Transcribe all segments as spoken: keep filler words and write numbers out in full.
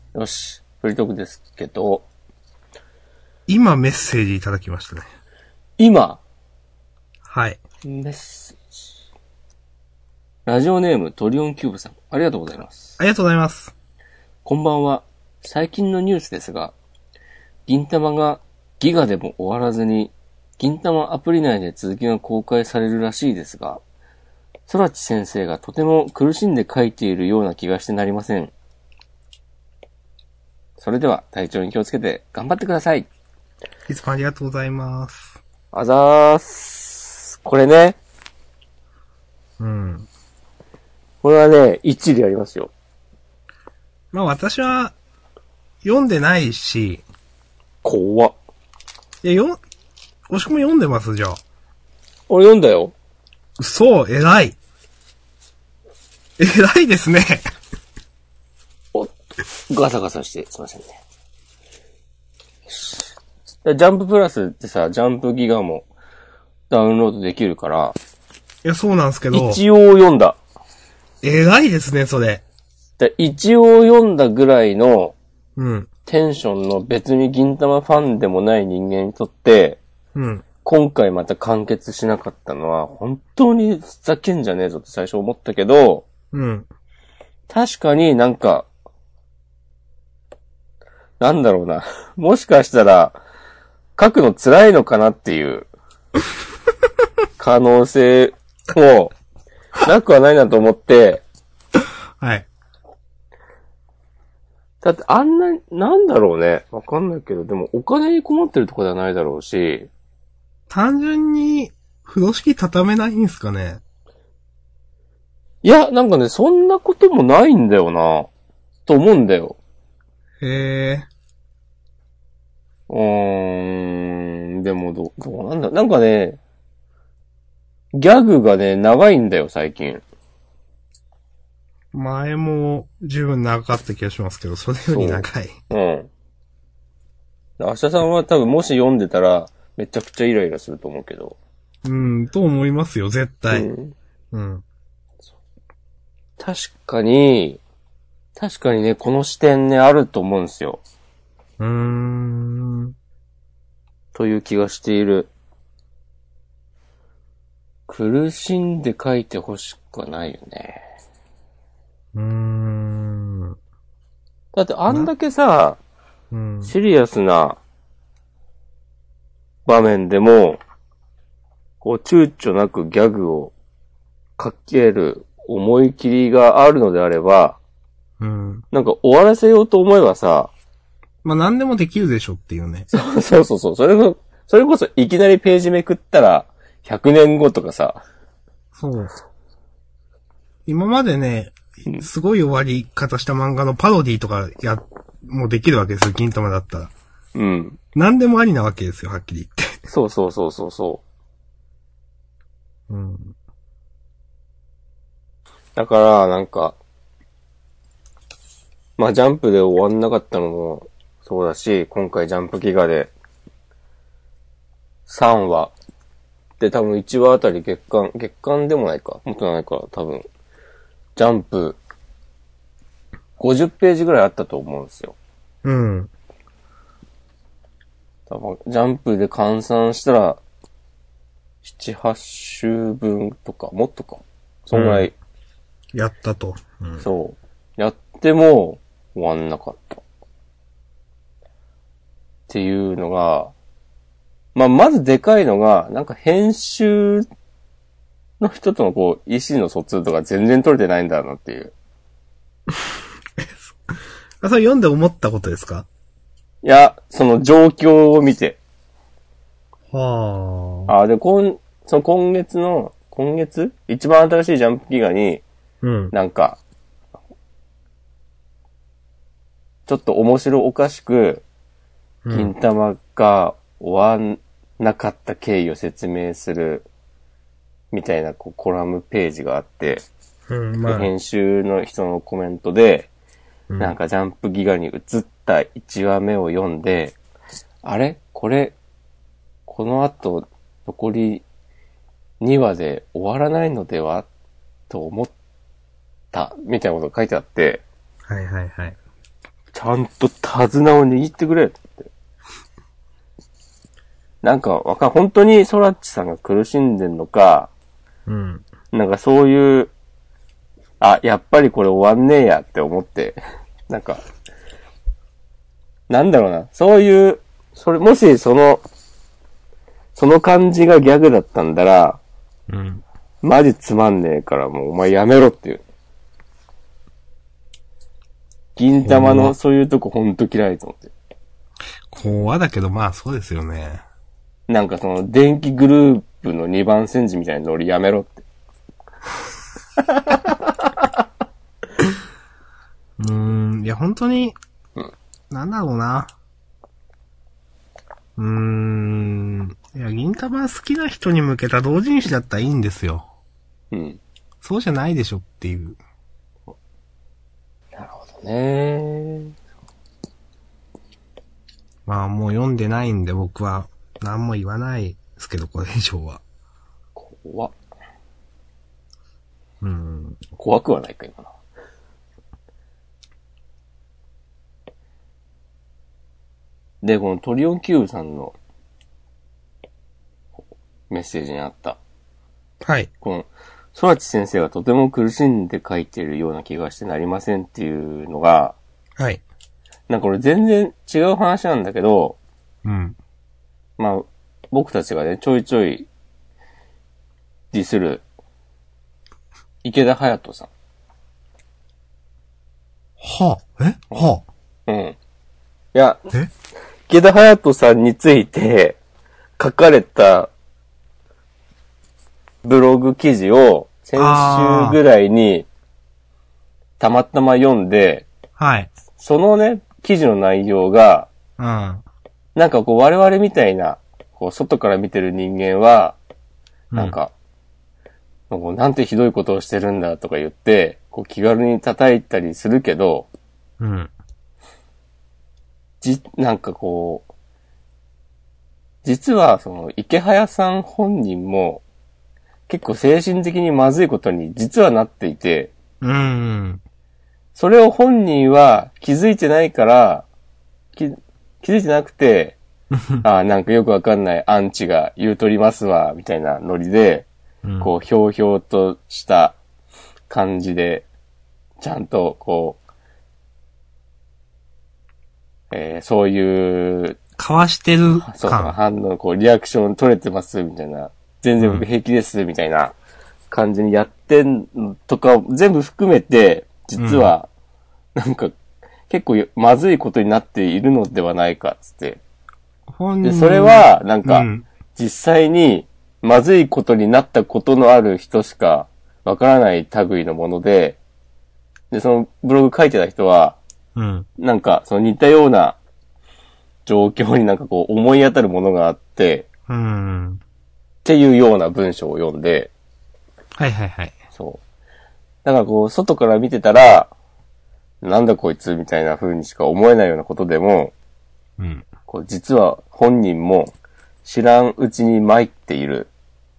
よし、フリートークですけど。 今メッセージいただきましたね。 今はい。 メッセージ。ラジオネームトリオンキューブさん。ありがとうございます。 ありがとうございます。 こんばんは。最近のニュースですが、銀玉がギガでも終わらずに、銀玉アプリ内で続きが公開されるらしいですが、空知先生がとても苦しんで書いているような気がしてなりません。それでは体調に気をつけて頑張ってください。 いつもありがとうございます。 あざーす。これね。 うん。 これはね、一理ありますよ。 まあ私は、読んでないし。 怖っ。 いや、よ、おしくも読んでますじゃあ。 俺読んだよ。 そう、偉い。偉いですね。 お、ガサガサして、すいませんね。ジャンププラスってさ、ジャンプギガもダウンロードできるから。 いや、そうなんですけど。 一応読んだ。 偉いですね、それ。 で一応読んだぐらいの、 うん。 テンションの別に銀玉ファンでもない人間にとって、 うん。 今回また完結しなかったのは、本当にふざけんじゃねえぞって最初思ったけど、 うん。 確かになんか、なんだろうな。もしかしたら、書くの辛いのかなっていう、可能性も、なくはないなと思って、 はい。 だってあんな、なんだろうね。わかんないけど、でもお金に困ってるとかではないだろうし。 単純に、風呂敷畳めないんすかね。 いや、なんかね、そんなこともないんだよな。と思うんだよ。 へえ。 うーん、でもど、どうなんだ。なんかね、ギャグがね、長いんだよ、最近。 前も十分長かった気がしますけど、それより長い。 うん。明日さんは多分もし読んでたら、めちゃくちゃイライラすると思うけど。 うん、と思いますよ、絶対。 うん。 うん。 確かに、確かにね、この視点ね、あると思うんですよ。 うーん。 という気がしている。苦しんで書いてほしくはないよね。 うーん。 だってあんだけさ、 うん、 シリアスな場面でも、こう躊躇なくギャグをかける思い切りがあるのであれば、 うん。 なんか終わらせようと思えばさ、 まあ、何でもできるでしょっていうね。 そうそうそうそう、それが、それこそいきなりページめくったら、ひゃくねんごとかさ。 そう。今までね、すごい終わり方した漫画のパロディとかや、もうできるわけですよ、銀玉だったら。 うん。 何でもありなわけですよ、はっきり言って。 そうそうそうそうそう。 うん。 だから、なんか、まあジャンプで終わんなかったのもそうだし、今回ジャンプギガでさんわで多分いちわあたり月間、月間でもないか、もっとないか、多分、ジャンプごじゅっページぐらいあったと思うんですよ。 うん。 多分、ジャンプで換算したら、なな、はちしゅうぶんとか、もっとか。そんぐらい、 うん、やったと、 うん。そう。やっても終わんなかった。っていうのが、まあ、まずでかいのが、なんか編集の人とのこう、意思の疎通とか全然取れてないんだなっていう。 あ、それ読んで思ったことですか？ いや、その状況を見て。 はあ。 あ、で、今、その今月の、今月一番新しいジャンプギガに、 うん。 なんか、ちょっと面白おかしく、銀玉が終わんなかった経緯を説明する、みたいなこうコラムページがあって、 うん、まあ、 編集の人のコメントで、 うん、 なんかジャンプギガに移ったいちわめを読んで、あれこれ、この後、残りにわで終わらないのではと思った、みたいなことが書いてあって、 はいはいはい。 ちちゃんと手綱を握ってくれって。なんかわかん、本当にソラッチさんが苦しんでんのか、 うん。 なんかそういう、あ、やっぱりこれ終わんねえやって思って、なんか、なんだろうな、そういう、それ、もしその、その感じがギャグだったんだら、 うん。 マジつまんねえからもうお前やめろっていう。銀玉のそういうとこほんと嫌いと思って。 怖だけどまあそうですよね。 なんかその電気グループのにばん煎じみたいなノリやめろって。 うーん、いや本当に、 うん、 なんだろうな。うーん、いや銀玉好きな人に向けた同人誌だったらいいんですよ。 うん。 そうじゃないでしょっていう。 なるほどね。 まあもう読んでないんで僕は何も言わないですけど、これ以上は。 怖っ。 うん。 怖くはないか、今の。で、このトリオンキューブさんのメッセージにあった。 はい。 この、ソラチ先生がとても苦しんで書いているような気がしてなりませんっていうのが、 はい。 なんかこれ全然違う話なんだけど、 うん。 まあ、僕たちがね、ちょいちょいディスる、池田隼人さん。 はあ、えはあ、うん。いや、 え池田隼人さんについて書かれたブログ記事を先週ぐらいにたまたま読んで、 はい。 そのね、記事の内容が、 うん。 なんかこう我々みたいな、こう外から見てる人間は、なんか、うん、なんてひどいことをしてるんだとか言って、こう気軽に叩いたりするけど、 うん。 じ、なんかこう、実はその池早さん本人も結構精神的にまずいことに実はなっていて、 うん。 それを本人は気づいてないから、気、気づいてなくて、ああ、なんかよくわかんないアンチが言うとりますわ、みたいなノリで、 うん、 こう、ひょうひょうとした感じで、ちゃんと、こう、えー、そういう、 かわしてる感。 そう、反応、こう、リアクション取れてます、みたいな。全然僕平気です、みたいな感じにやってんとか、全部含めて、実は、なんか、結構まずいことになっているのではないか、つって。で、それは、なんか、実際に、まずいことになったことのある人しか、わからない類のもので、で、そのブログ書いてた人は、 うん、 なんか、その似たような状況になんかこう思い当たるものがあって、 うん、 っていうような文章を読んで、 はいはいはい。 そう。だからこう、外から見てたら、なんだこいつみたいな風にしか思えないようなことでも、 うん、 こう実は本人も知らんうちに参っている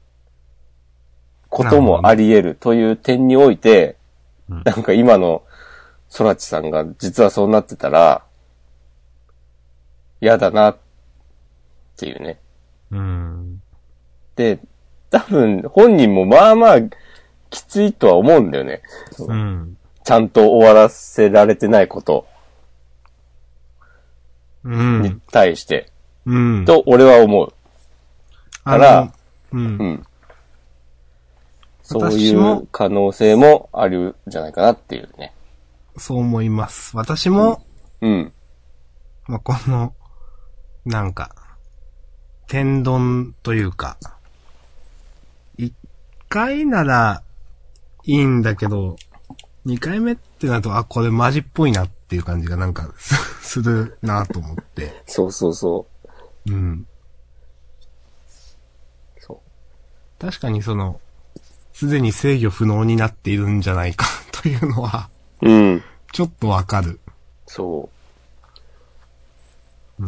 こともあり得るという点において、な, ね、なんか今のソラチさんが実はそうなってたら、嫌だなっていうね。 うん、 で、多分本人もまあまあきついとは思うんだよね。 うん、 ちゃんと終わらせられてないことに対して、 うん、 と俺は思う。から、うん、うん、そういう可能性もあるんじゃないかなっていうね。 そう思います。私も、 うん。うん、 まあ、この、なんか、天丼というか、一回ならいいんだけど、二回目ってなると、あ、これマジっぽいなっていう感じがなんかするなと思って。 そうそうそう。うん。 そう。 確かにその、すでに制御不能になっているんじゃないかというのは、 うん。 ちょっとわかる。 そう。うん。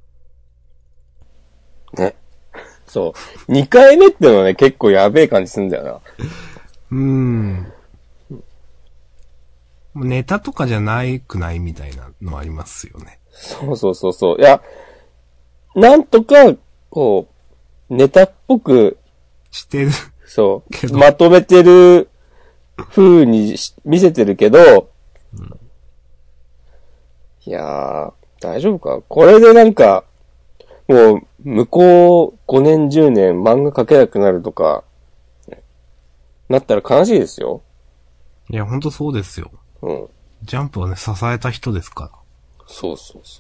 ね。そう。二回目ってのはね、結構やべえ感じするんだよな。 うーん。 ネタとかじゃないくないみたいなのありますよね。 そうそうそうそう。いや、なんとか、こう、ネタっぽく、 してる。 そけどう、まとめてる風にし見せてるけど、うん、いやー、大丈夫か？これでなんか、もう、向こうごねんじゅうねん漫画描けなくなるとか、なったら悲しいですよ。 いや、ほんとそうですよ。 うん。 ジャンプをね、支えた人ですから。 そうそうそう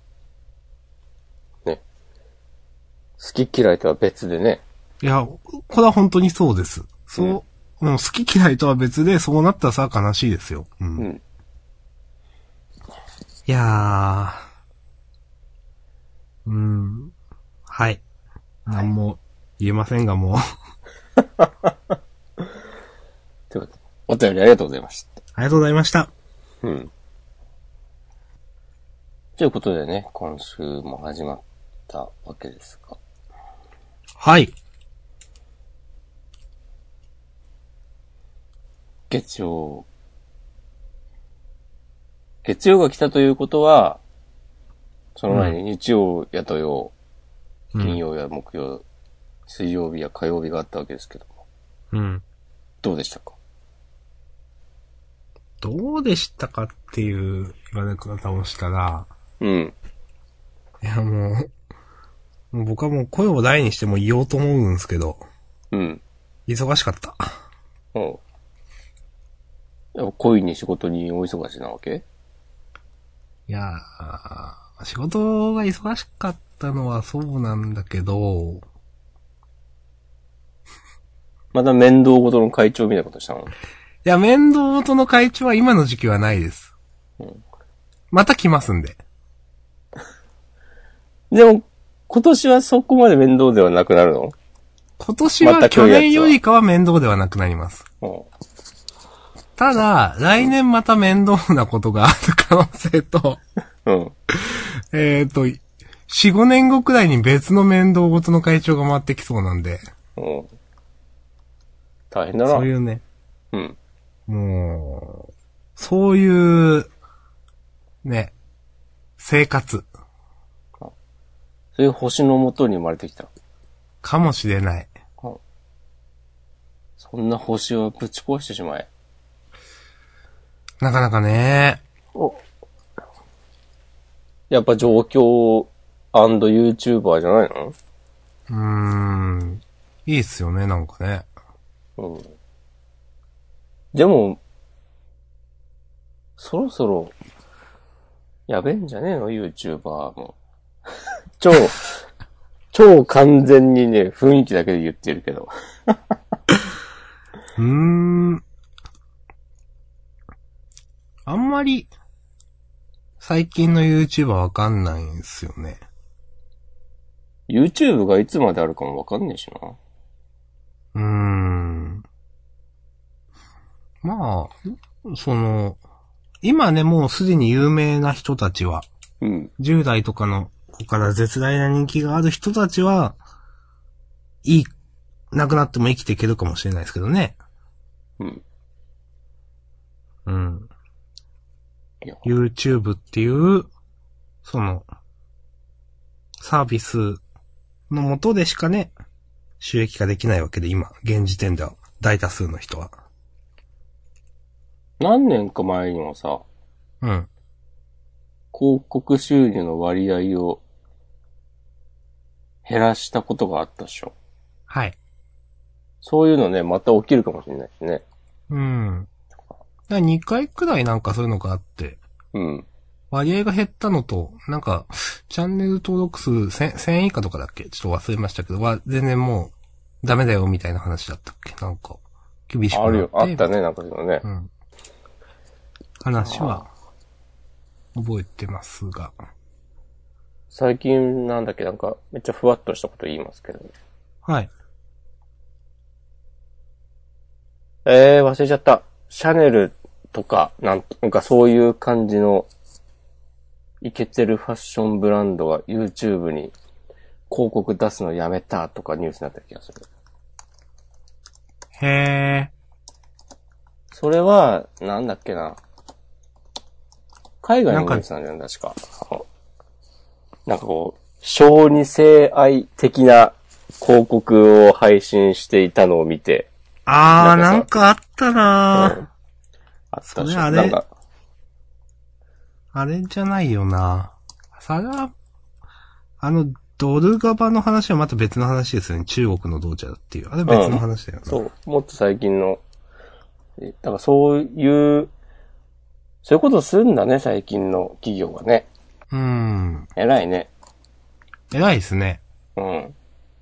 。ね。好き嫌いとは別でね。 いや、これは本当にそうです。そう、うん、もう好き嫌いとは別で、そうなったらさ、悲しいですよ。うん。うん、いやー。うん。はい。何も言えませんが、もう。 ということで、お便りありがとうございました。 ありがとうございました。 うん。ということでね、今週も始まったわけですが。 はい。 月曜。月曜が来たということは、その前に日曜や土曜、うん、金曜や木曜、水曜日や火曜日があったわけですけども。 うん。どうでしたか？ どうでしたかっていう言われ方をしたら、 うん。 いやもう、もう僕はもう声を大にしても言おうと思うんですけど、 うん。 忙しかった。 うん。やっぱ恋に仕事にお忙しなわけ？ いやー、仕事が忙しかったのはそうなんだけど、 また面倒ごとの会長みたいなことしたの？いや、面倒ごとの会長は今の時期はないです。うん、また来ますんで。 でも、今年はそこまで面倒ではなくなるの？ 今年は去年よりかは面倒ではなくなります。うん、ただ、来年また面倒なことがある可能性と、うん、えっと、よん、ごねんごくらいに別の面倒ごとの会長が回ってきそうなんで。うん、 大変だな。 そういうね。 うん。 もう、そういう、ね、生活。 そういう星の下に生まれてきた。 かもしれない。うん、 そんな星をぶち壊してしまえ。 なかなかね。 お。やっぱ状況 &YouTuber じゃないの？ うーん。いいっすよね、なんかね。 うん。でも、そろそろ、やべえんじゃねえの ?YouTuber も。超、超完全にね、雰囲気だけで言ってるけど。 うーん。あんまり、最近の YouTuber わかんないんですよね。 YouTube がいつまであるかもわかんねえしな。 うーん。まあ、その、今ね、もうすでに有名な人たちは、うん、じゅう代とかの子から絶大な人気がある人たちは、いい、亡くなっても生きていけるかもしれないですけどね。うん。うん。YouTube っていう、その、サービスの下でしかね、収益化できないわけで、今、現時点では、大多数の人は。 何年か前にもさ、うん。広告収入の割合を減らしたことがあったでしょ。 はい。 そういうのね、また起きるかもしれないしね。 うん。だにかいくらいなんかそういうのがあって、うん。割合が減ったのと、なんか、チャンネル登録数せん、せん以下とかだっけちょっと忘れましたけど、は、全然もう、ダメだよみたいな話だったっけなんか、厳しくなって。 あるよ、あったね、なんかそういうのね。うん。 話は、覚えてますが。 最近なんだっけ、なんか、めっちゃふわっとしたこと言いますけどね。 はい。 えー、忘れちゃった。シャネルとか、なんなんかそういう感じの、イケてるファッションブランドが YouTube に広告出すのやめたとかニュースになった気がする。 へー。 それは、なんだっけな。 海外のニュースなんじゃない確か。なんかこう、小児性愛的な広告を配信していたのを見て。 あー、なんかあったなー、うん、 あったし。 それあれなんかあれじゃないよな。それは、あの、ドルガバの話はまた別の話ですよね。中国の同茶だっていう。あれ別の話だよな、 うん。そう。もっと最近の、だからそういう、そういうことするんだね、最近の企業はね。 うーん。 偉いね。 偉いですね。 うん。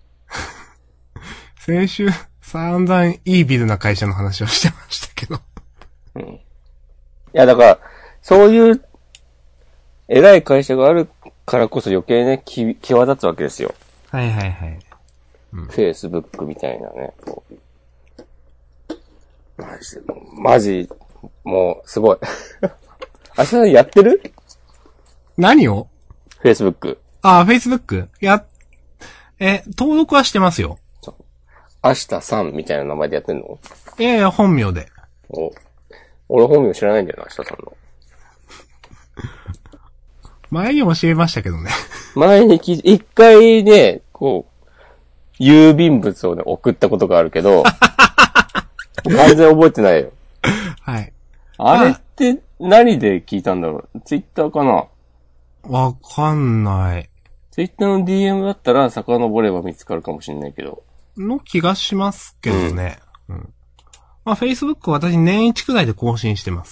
先週、散々いいビルな会社の話をしてましたけど。 うん。いや、だから、そういう、偉い会社があるからこそ余計ね、き、際立つわけですよ。 はいはいはい。 うん、Facebook みたいなね。マジ、マジ、もう、すごい。あしらやってる？ 何を？ Facebook。 ああ、Facebook？や、え、登録はしてますよ。 明日さんみたいな名前でやってんの？ いやいや、本名で。 お、俺本名知らないんだよな、明日さんの。 前に教えましたけどね。 前にき、一回ね、こう、郵便物をね、送ったことがあるけど、完全覚えてないよ。 はい。 あれって何で聞いたんだろう？ツイッターかな？ わかんない。 ツイッターの ディーエム だったら遡れば見つかるかもしれないけど。 の気がしますけどね。うん。うん、まあ、Facebook 私年一くらいで更新してます。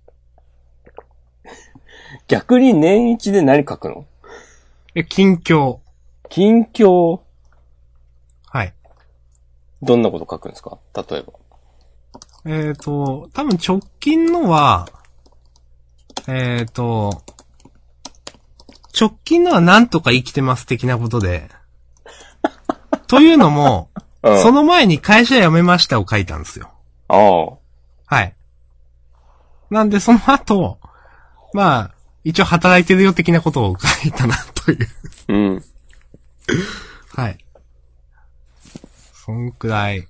逆に年一で何書くの？ え、近況。 近況？ はい。 どんなこと書くんですか？例えば。 えっと、多分直近のは、えっと、直近のはなんとか生きてます的なことで。というのも、うん、その前に会社辞めましたを書いたんですよ。 ああ。 はい。なんでその後、まあ、一応働いてるよ的なことを書いたなという。 うん。 はい。そんくらい。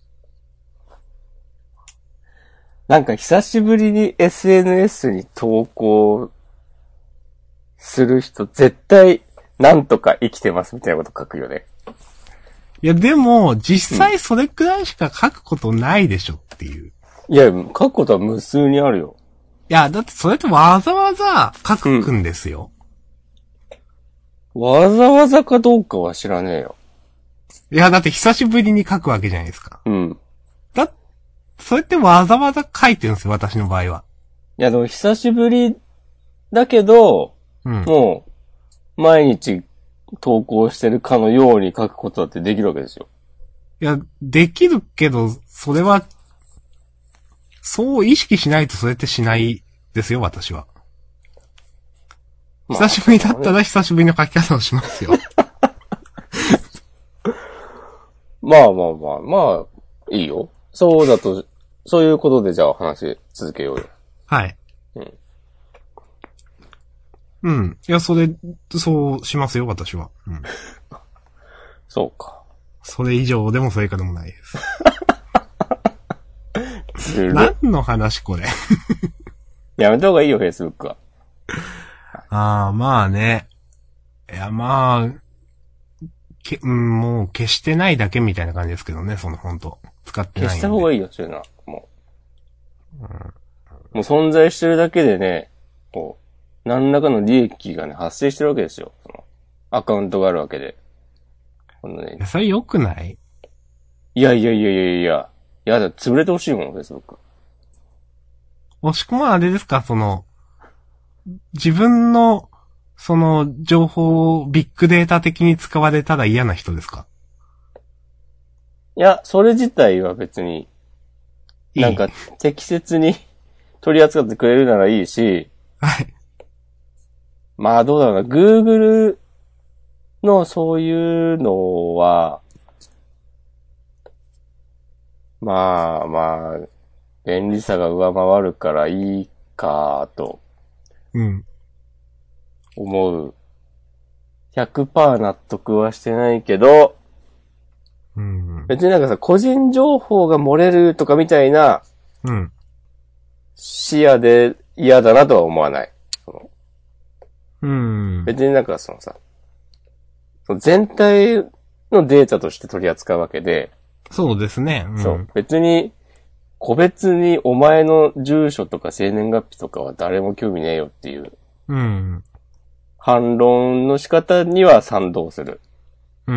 なんか久しぶりに エスエヌエス に投稿する人絶対なんとか生きてますみたいなこと書くよね。 いやでも実際それくらいしか書くことないでしょっていう。 うん、いや書くことは無数にあるよ。 いやだってそれってわざわざ書くんですよ、 うん。わざわざかどうかは知らねえよ。 いやだって久しぶりに書くわけじゃないですか。 うん。 だそれってわざわざ書いてるんですよ、私の場合は。 いや、でも久しぶりだけど、うん、もう、毎日投稿してるかのように書くことだってできるわけですよ。 いや、できるけど、それは、そう意識しないとそれってしないですよ、私は。まあ、久しぶりだったら久しぶりの書き方をしますよ。 まあまあまあ、まあ、いいよ。そうだと、そういうことでじゃあ話続けようよ。 はい。うん。うん。いや、それ、そうしますよ、私は。うん。 そうか。 それ以上でもそれ以下でもないです。何の話これ。 やめた方がいいよ、Facebook は。 ああ、まあね。いや、まあ、け、うん、もう消してないだけみたいな感じですけどね、その本当使ってないんで。 消した方がいいよ、そういうのは。もう。うん、もう存在してるだけでね、こう、何らかの利益がね、発生してるわけですよ。そのアカウントがあるわけで。このね、 いや、それ良くない？ いやいやいやいやいや。いやだ、潰れてほしいもん、Facebook。 もしくはあれですか、その、自分の、その、情報をビッグデータ的に使われたら嫌な人ですか？ いや、それ自体は別に、なんか適切に取り扱ってくれるならいいし、 はい。 まあどうだろうな、Google のそういうのは、まあまあ、便利さが上回るからいいかと、 うん。 思う。ひゃくパーセント 納得はしてないけど、 うん、 別になんかさ、個人情報が漏れるとかみたいな、 うん。 視野で嫌だなとは思わない。 。 別になんかそのさ、その全体のデータとして取り扱うわけで、 そうですね。うん、 そう。別に、個別にお前の住所とか生年月日とかは誰も興味ねえよっていう。 うん。 反論の仕方には賛同する。 うん。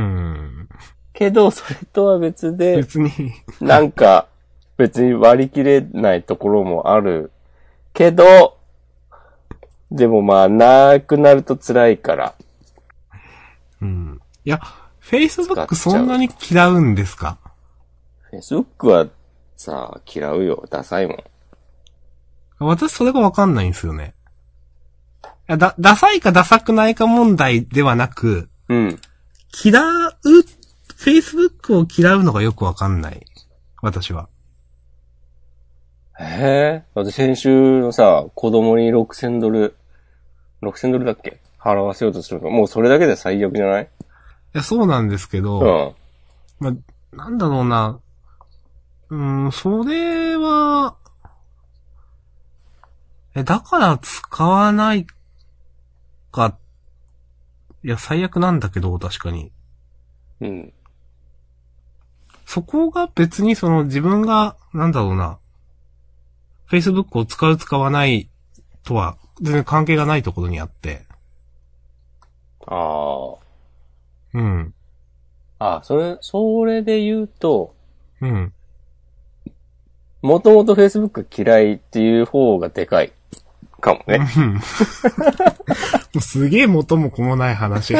けど、それとは別で、 別に。 なんか、別に割り切れないところもある。けど、でもまあ、なくなると辛いから。 うん。いや、Facebook そんなに嫌うんですか？ Facebook はさ、嫌うよ。ダサいもん。 私それがわかんないんですよね。いやだ、ダサいかダサくないか問題ではなく、 うん。 嫌う、Facebook を嫌うのがよくわかんない。私は。 へえ。だって先週のさ、子供にろくせんドル、ろくせんドルだっけ払わせようとするの。もうそれだけで最悪じゃない？ いや、そうなんですけど、 うん。 まあ、なんだろうな。うーん、それは、え、だから使わないか、いや、最悪なんだけど、確かに。 うん。 そこが別にその自分が、なんだろうな、Facebook を使う使わないとは、全然関係がないところにあって。 あうん。 あ。あ、それ、それで言うと、 うん。 もともと Facebook 嫌いっていう方がでかい。かもね。 うん。もうすげえ元も子もない話。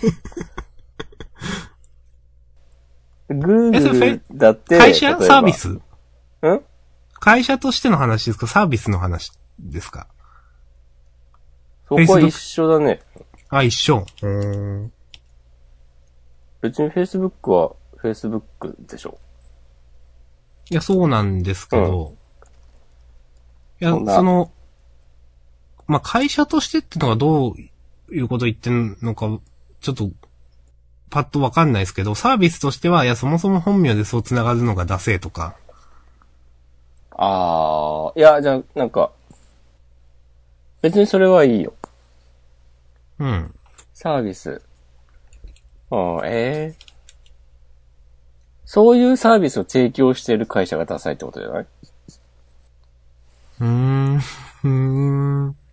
Google だって、 会社サービスん会社としての話ですか？サービスの話ですか？ そこは一緒だね。 あ、一緒。うーん。 別に Facebook は Facebook でしょ。 いや、そうなんですけど、いや、 そんなその、まあ、会社としてってのがどういうこと言ってんのか、ちょっと、パッとわかんないですけど、サービスとしては、いや、そもそも本名でそう繋がるのがダセーとか。 ああ、いや、じゃあ、なんか、別にそれはいいよ。 うん。 サービス。うん、ええそういうサービスを提供している会社がダサいってことじゃない？ うーん。うーん。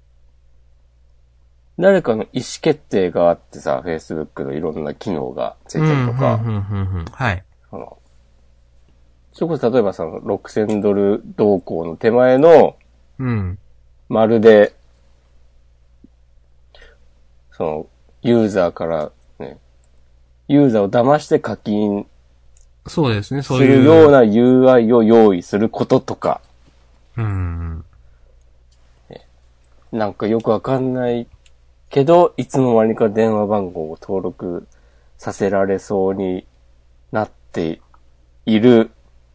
誰かの意思決定があってさ、Facebook のいろんな機能がついてるとか、 うん、うん、うん、うん。はい。 その、それこそ例えばそのろくせんドル同行の手前の、 うん。 まるで、その、ユーザーからね、ユーザーを騙して課金そうですね、 すそういう。 るような ユーアイ を用意することとか、 うん。 なんかよくわかんないけど、いつの間にか電話番号を登録させられそうになっている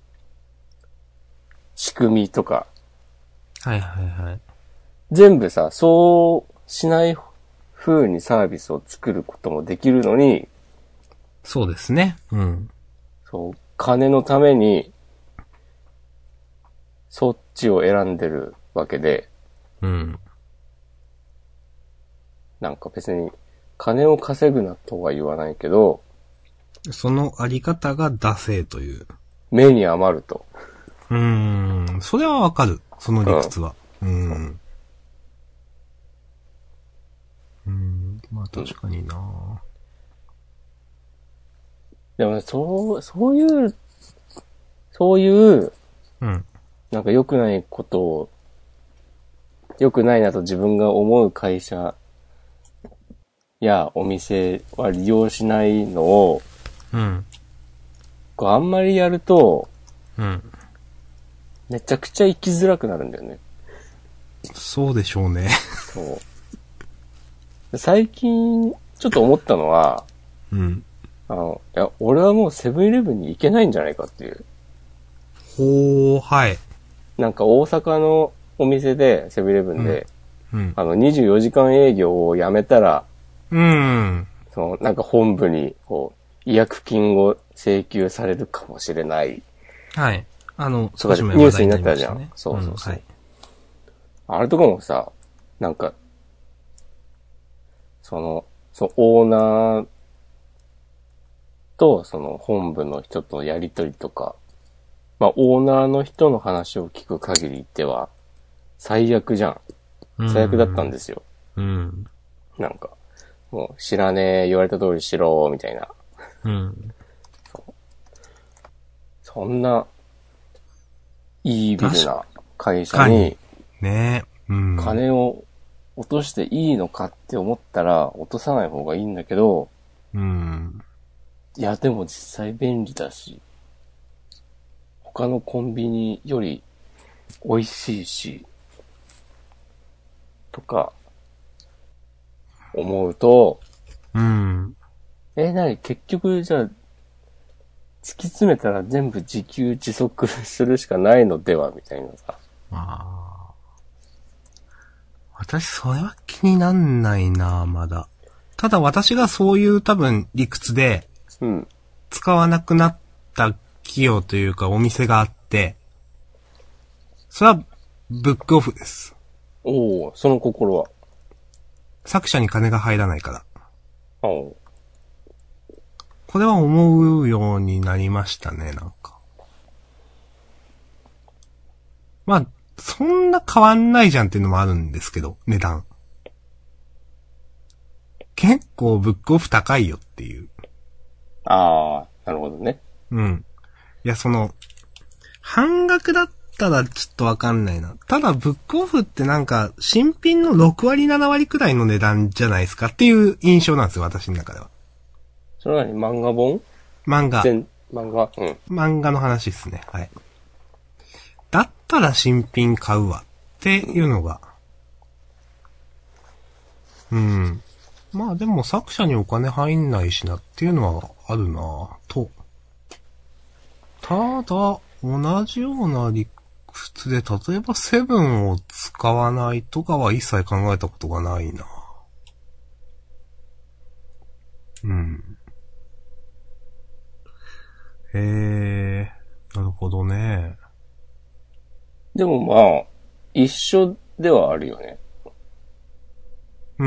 仕組みとか、 はいはいはい。 全部さ、そうしない風にサービスを作ることもできるのに、 そうですね。うん。 そう、金のために、そっちを選んでるわけで、 うん。 なんか別に、金を稼ぐなとは言わないけど、 そのあり方がダセーという。 目に余ると。 うーん。それはわかる。その理屈は。うん。うんうん。まあ確かにな、 でもね、そう、そういう、そういう、 うん。 なんか良くないことを、良くないなと自分が思う会社やお店は利用しないのを、 うん。 こうあんまりやると、 うん。 めちゃくちゃ生きづらくなるんだよね。 そうでしょうね。 そう。最近、ちょっと思ったのは、 うん。 あの、いや、俺はもうセブンイレブンに行けないんじゃないかっていう。 ほー、はい。 なんか大阪のお店で、セブンイレブンで、 うん。 あの、にじゅうよじかん営業をやめたら、 うん。 その、なんか本部に、こう、違約金を請求されるかもしれない。 はい。あの、 そうか、 少しニ前話題になュースになったりましたね。 じゃん。そうそうそう。 んはい。 あれとかもさ、なんか、 その、そのオーナーとその本部の人とのやりとりとか、まあオーナーの人の話を聞く限りでは最悪じゃん。最悪だったんですよ。 うん。 なんか、もう知らねえ、言われた通りしろ、みたいな。 うん。 そんな、いいビルな会社に、 ねえ。うん。 金を落としていいのかって思ったら、落とさない方がいいんだけど、 うん。 いや、でも実際便利だし、他のコンビニより美味しいし、とか、思うと、 うん。 え、なに、結局、じゃあ、突き詰めたら全部自給自足するしかないのではみたいなさ。 ああ。私、それは気になんないな、まだ。ただ私がそういう多分理屈で、 うん。 使わなくなった企業というかお店があって、それは、ブックオフです。 おお、その心は。 作者に金が入らないから。 おう。 これは思うようになりましたね、なんか。まあ、そんな変わんないじゃんっていうのもあるんですけど、値段。結構ブックオフ高いよっていう。 ああ、なるほどね。 うん。いや、その、半額だったらちょっとわかんないな。ただ、ブックオフってなんか、新品のろくわりななわりくらいの値段じゃないですかっていう印象なんですよ、私の中では。 それは何漫画本漫画。 全、漫画うん。 漫画の話ですね。はい。だったら新品買うわっていうのが。うん。まあでも作者にお金入んないしなっていうのはあるなぁと。ただ、同じような理屈で、例えばセブンを使わないとかは一切考えたことがないな。うん。へえ、なるほどね。 でもまあ、一緒ではあるよね。 うん。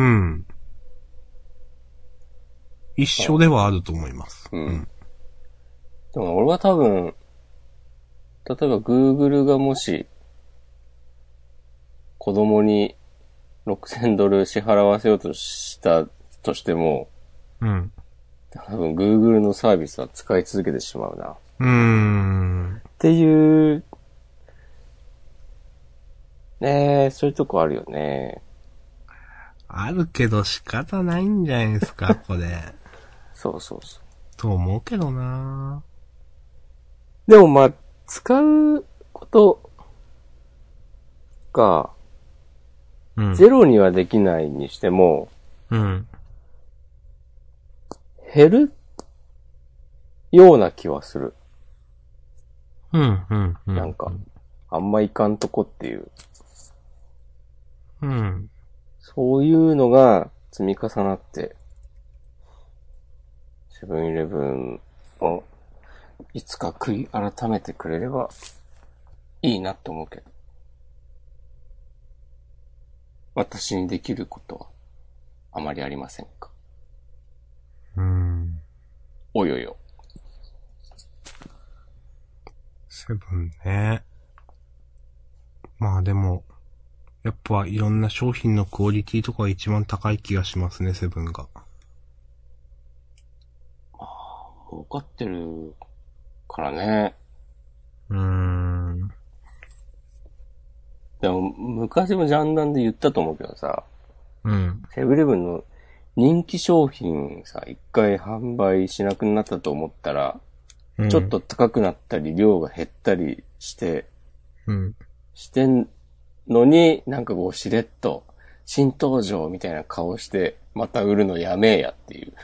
一緒ではあると思います。 うん。 うん。 でも俺は多分、例えば Google がもし、子供にろくせんドル支払わせようとしたとしても、 うん。 多分 Google のサービスは使い続けてしまうな。 うーん。 っていう、ねえ、そういうとこあるよね。 あるけど仕方ないんじゃないですか、これ。 そうそうそう。 と思うけどなでもまあ、使うことが、 うん。 ゼロにはできないにしても、 うん。 減るような気はする。 うん、うん、うん。 なんか、あんまいかんとこっていう。 うん。 そういうのが積み重なって、セブンイレブンをいつか悔い改めてくれればいいなと思うけど。私にできることはあまりありませんか？ うん。 およよ。 セブンね。まあでも、やっぱいろんな商品のクオリティとかが一番高い気がしますね、セブンが。 儲かってるからね。 うーん。 でも、昔もジャンダンで言ったと思うけどさ、 うん。 セブンイレブンの人気商品さ、一回販売しなくなったと思ったら、 うん、 ちょっと高くなったり、量が減ったりして、 うん。 してんのに、なんかこうしれっと、新登場みたいな顔して、また売るのやめえやっていう。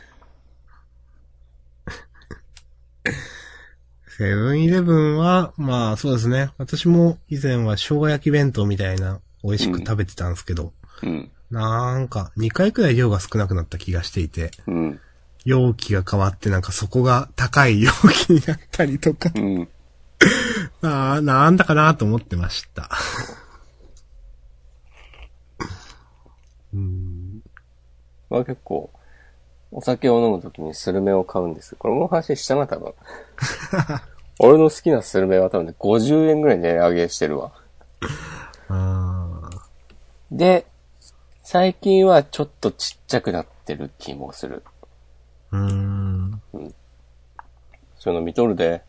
セブンイレブンは、まあそうですね。私も以前は生姜焼き弁当みたいな美味しく食べてたんですけど、 うん。 なんかにかいくらい量が少なくなった気がしていて、 うん。 容器が変わってなんか底が高い容器になったりとか、 うん。 ああ、なんだかなと思ってました。うーんは結構、お酒を飲むときにスルメを買うんです。これも話したな、多分。俺の好きなスルメは多分ね、ごじゅうえんぐらい値上げしてるわ。 あで、最近はちょっとちっちゃくなってる気もする。 うーん。 うん。そういうの見とるで。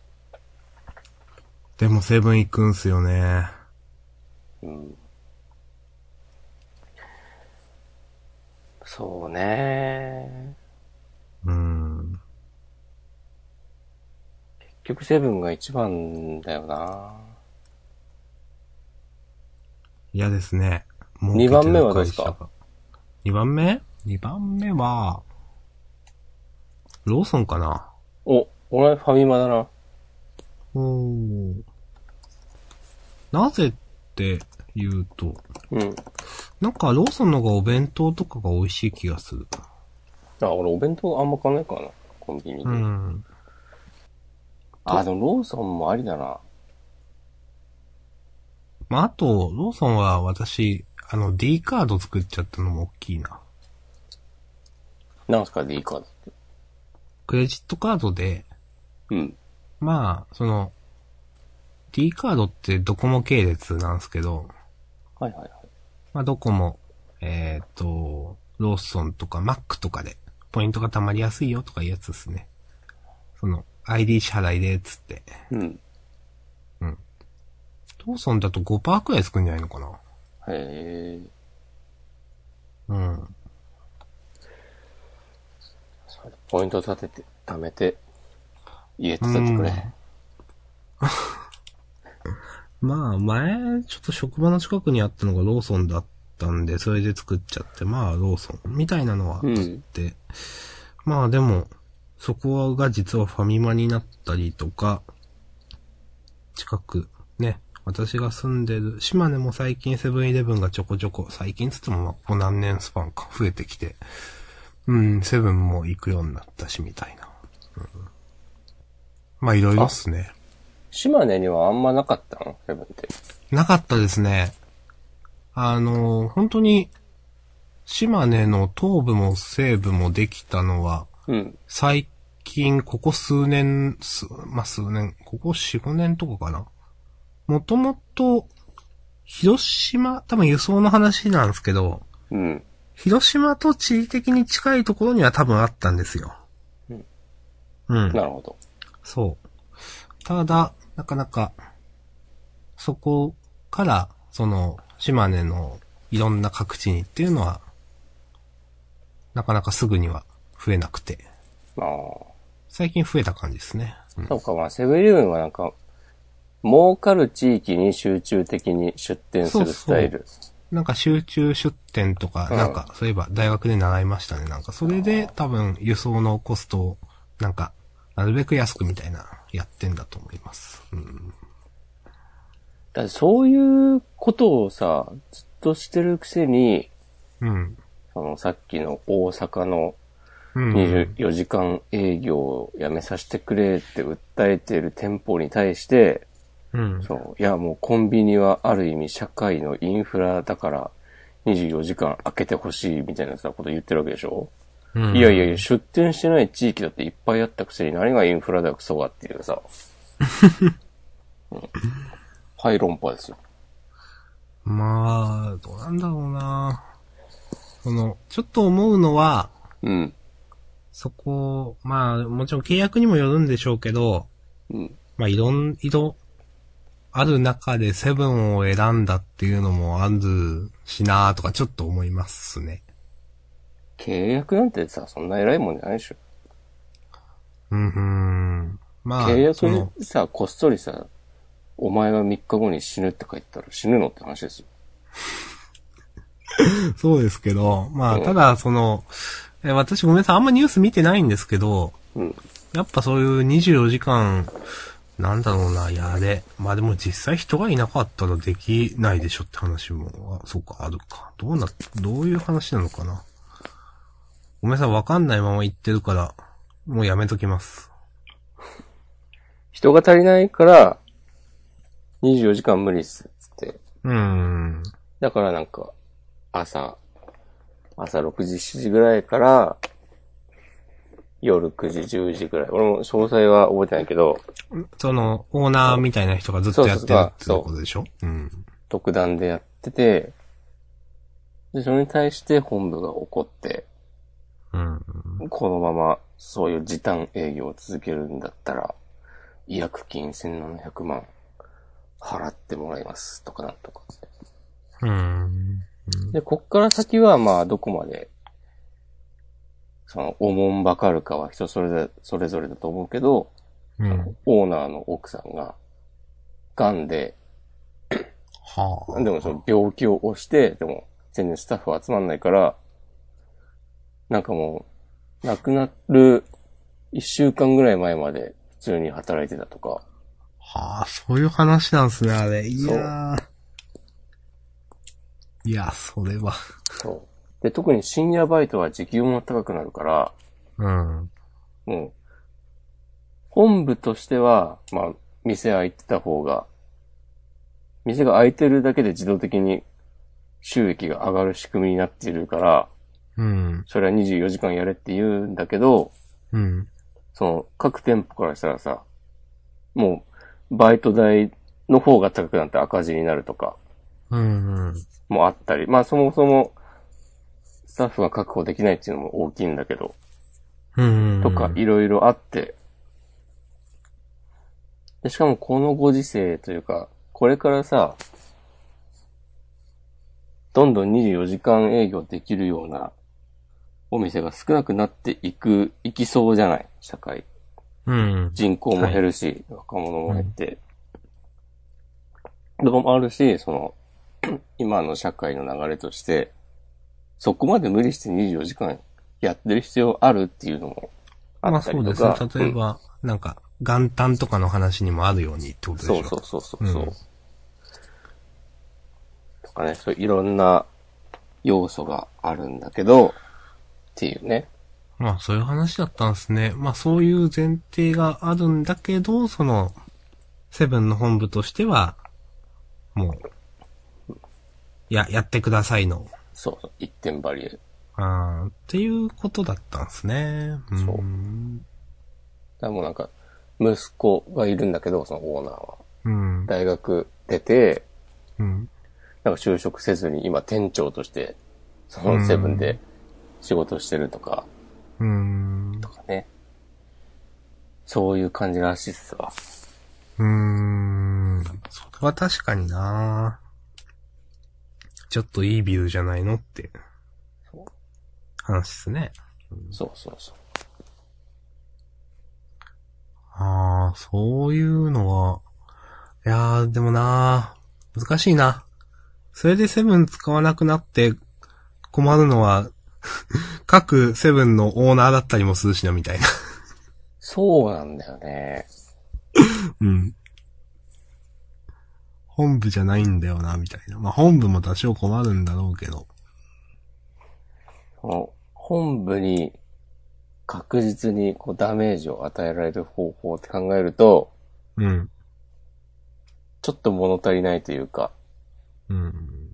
でもセブン行くんすよね。 うん。そうね。 うーん。 結局セブンが一番だよな。 嫌ですね。もうにばんめはどうですか？ に 番目 ?に 番目は、ローソンかな。 お、俺ファミマだな。 おー。なぜって言うと、 うん。 なんかローソンの方がお弁当とかが美味しい気がする。 あ、俺お弁当あんま買わないからな。コンビニで。 うん。 あ、でもローソンもありだな。 まあ、あと、ローソンは私、あの D カード作っちゃったのも大きいな。 なんすか D カードって。 クレジットカードで、 うん。 まあ、その、D カードってドコモ系列なんですけど、 はいはいはい。 まあ、ドコモ、えっと、ローソンとかマックとかで、ポイントが貯まりやすいよとかいうやつですね。その、アイディー 支払いで、つって。 うん。 うん。ローソンだと ごパーセント くらいつくんじゃないのかな。 へえ。 うん。 それポイント立てて、貯めて、家建ててくれ。 まあ、前、ちょっと職場の近くにあったのがローソンだったんで、それで作っちゃって、まあ、ローソンみたいなのはあって、うん、まあでも、そこが実はファミマになったりとか、近く、ね、私が住んでる、島根も最近セブンイレブンがちょこちょこ、最近つってもまあ、ここ何年スパンか増えてきて、うん、セブンも行くようになったし、みたいな。うん、まあ、いろいろっすね。 島根にはあんまなかったの？セブンって。 なかったですね。あの、本当に、島根の東部も西部もできたのは、 うん、 最近、ここ数年、すまあ、数年、ここよん、ごねんとかかな。もともと、広島、多分輸送の話なんですけど、 うん、 広島と地理的に近いところには多分あったんですよ。 うん。 うん。 なるほど。 そう。ただ、なかなか、そこから、その、島根のいろんな各地にっていうのは、なかなかすぐには増えなくて。 ああ。 最近増えた感じですね。 うん、そうか、まあ、セブンイレブンはなんか、儲かる地域に集中的に出店するスタイル。 そうそう、なんか集中出店とか、うん、なんか、そういえば大学で習いましたね。なんか、それで多分輸送のコストを、なんか、なるべく安くみたいな、やってんだと思います。うん。 だってそういうことをさ、ずっとしてるくせに、 うん。 そのさっきの大阪のにじゅうよじかん営業をやめさせてくれって訴えている店舗に対して、 うん。 そう。いや、もうコンビニはある意味社会のインフラだからにじゅうよじかん開けてほしいみたいなさこと言ってるわけでしょ、うん、いやいやいや、出店してない地域だっていっぱいあったくせに何がインフラだよクソがっていうさ。うん、はい、論破ですよ。 まあ、どうなんだろうな。その、ちょっと思うのは、 うん。 そこ、まあ、もちろん契約にもよるんでしょうけど、 うん。 まあ、いろん、いろ、ある中でセブンを選んだっていうのもあるしなーとかちょっと思いますね。 契約なんてさ、そんな偉いもんじゃないでしょ。 うんふーん。まあ、 契約でさ、こっそりさ、お前はみっかごに死ぬって書いてたら死ぬのって話ですよ。 そうですけど、まあ、うん、ただ、その、え、私ごめんなさい、あんまニュース見てないんですけど、 うん、 やっぱそういうにじゅうよじかん、なんだろうな、やれ。まあでも実際人がいなかったらできないでしょって話も、あ、そうか、あるか。どうな、どういう話なのかな。ごめんなさい、わかんないまま言ってるから、もうやめときます。 人が足りないから、にじゅうよじかん無理っす、つって。 うーん。 だからなんか、朝、 朝ろくじ、しちじぐらいから、夜くじ、じゅうじぐらい。俺も詳細は覚えてないけど。 その、オーナーみたいな人がずっとやってるってことでしょ？うん。 独断でやってて、で、それに対して本部が怒って、 うん。 このままそういう時短営業を続けるんだったら、違約金せんななひゃくまん払ってもらいますとかなんとか。 うん。 で、こっから先はまあどこまで、その、おもんばかるかは人それぞれ、それぞれだと思うけど、 うん、 オーナーの奥さんが、癌で、 はあ、 でもその病気を押して、でも全然スタッフは集まんないから、なんかもう、亡くなる一週間ぐらい前まで普通に働いてたとか。 はあ、そういう話なんすね、あれ。いやー。いや、それは。 そう。で、特に深夜バイトは時給も高くなるから、 うん。 もう、本部としては、まあ、店開いてた方が、店が開いてるだけで自動的に収益が上がる仕組みになっているから、 うん。 それはにじゅうよじかんやれって言うんだけど、 うん。 その、各店舗からしたらさ、もう、バイト代の方が高くなって赤字になるとか、 うん。 もあったり、まあそもそも、スタッフが確保できないっていうのも大きいんだけど、 うん。 とかいろいろあって、で、しかもこのご時世というか、これからさ、どんどんにじゅうよじかん営業できるようなお店が少なくなっていく、いきそうじゃない社会。 うん。 人口も減るし、はい、若者も減って。とかもあるし、その、今の社会の流れとして、そこまで無理してにじゅうよじかんやってる必要あるっていうのもあったりとか。 まあそうですね。例えば、うん、なんか、元旦とかの話にもあるようにってことでしょ。 そうそうそうそう。うん、とかね、そういろんな要素があるんだけど、っていうね。 まあそういう話だったんですね。まあそういう前提があるんだけど、その、セブンの本部としては、もう、や、やってくださいの。 そうそう、一点張りで。 あーっていうことだったんですね。 そう。だからもうなんか、息子がいるんだけど、そのオーナーは。 うん。 大学出て、 うん。 なんか就職せずに今店長として、そのセブンで仕事してるとか、 うん。 とかね。そういう感じらしいっすわ。 うーん。それは確かになちょっといいビューじゃないのって話ですね。 うん、そうそうそう。 ああ、そういうのは、いやー、でもなー、難しいな。それでセブン使わなくなって困るのは、各セブンのオーナーだったりもするしな、みたいな。 そうなんだよね。 うん。本部じゃないんだよな、みたいな。まあ、本部も多少困るんだろうけど。 その本部に確実にこうダメージを与えられる方法って考えると、 うん。 ちょっと物足りないというか、 うん。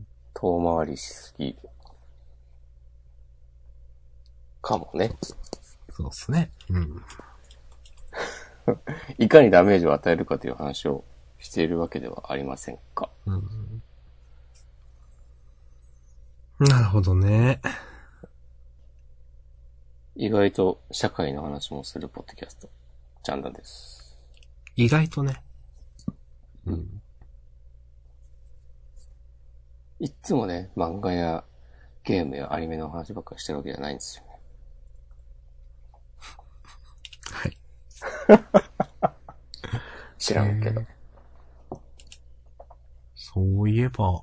遠回りしすぎかもね。 そうっすね。うん。 いかにダメージを与えるかという話をしているわけではありませんか。 うん。なるほどね。 意外と社会の話もするポッドキャスト、ジャンダンです。 意外とね。うん。 いっつもね、漫画やゲームやアニメの話ばっかりしてるわけじゃないんですよね。 はい。 知らんけど。 そういえば、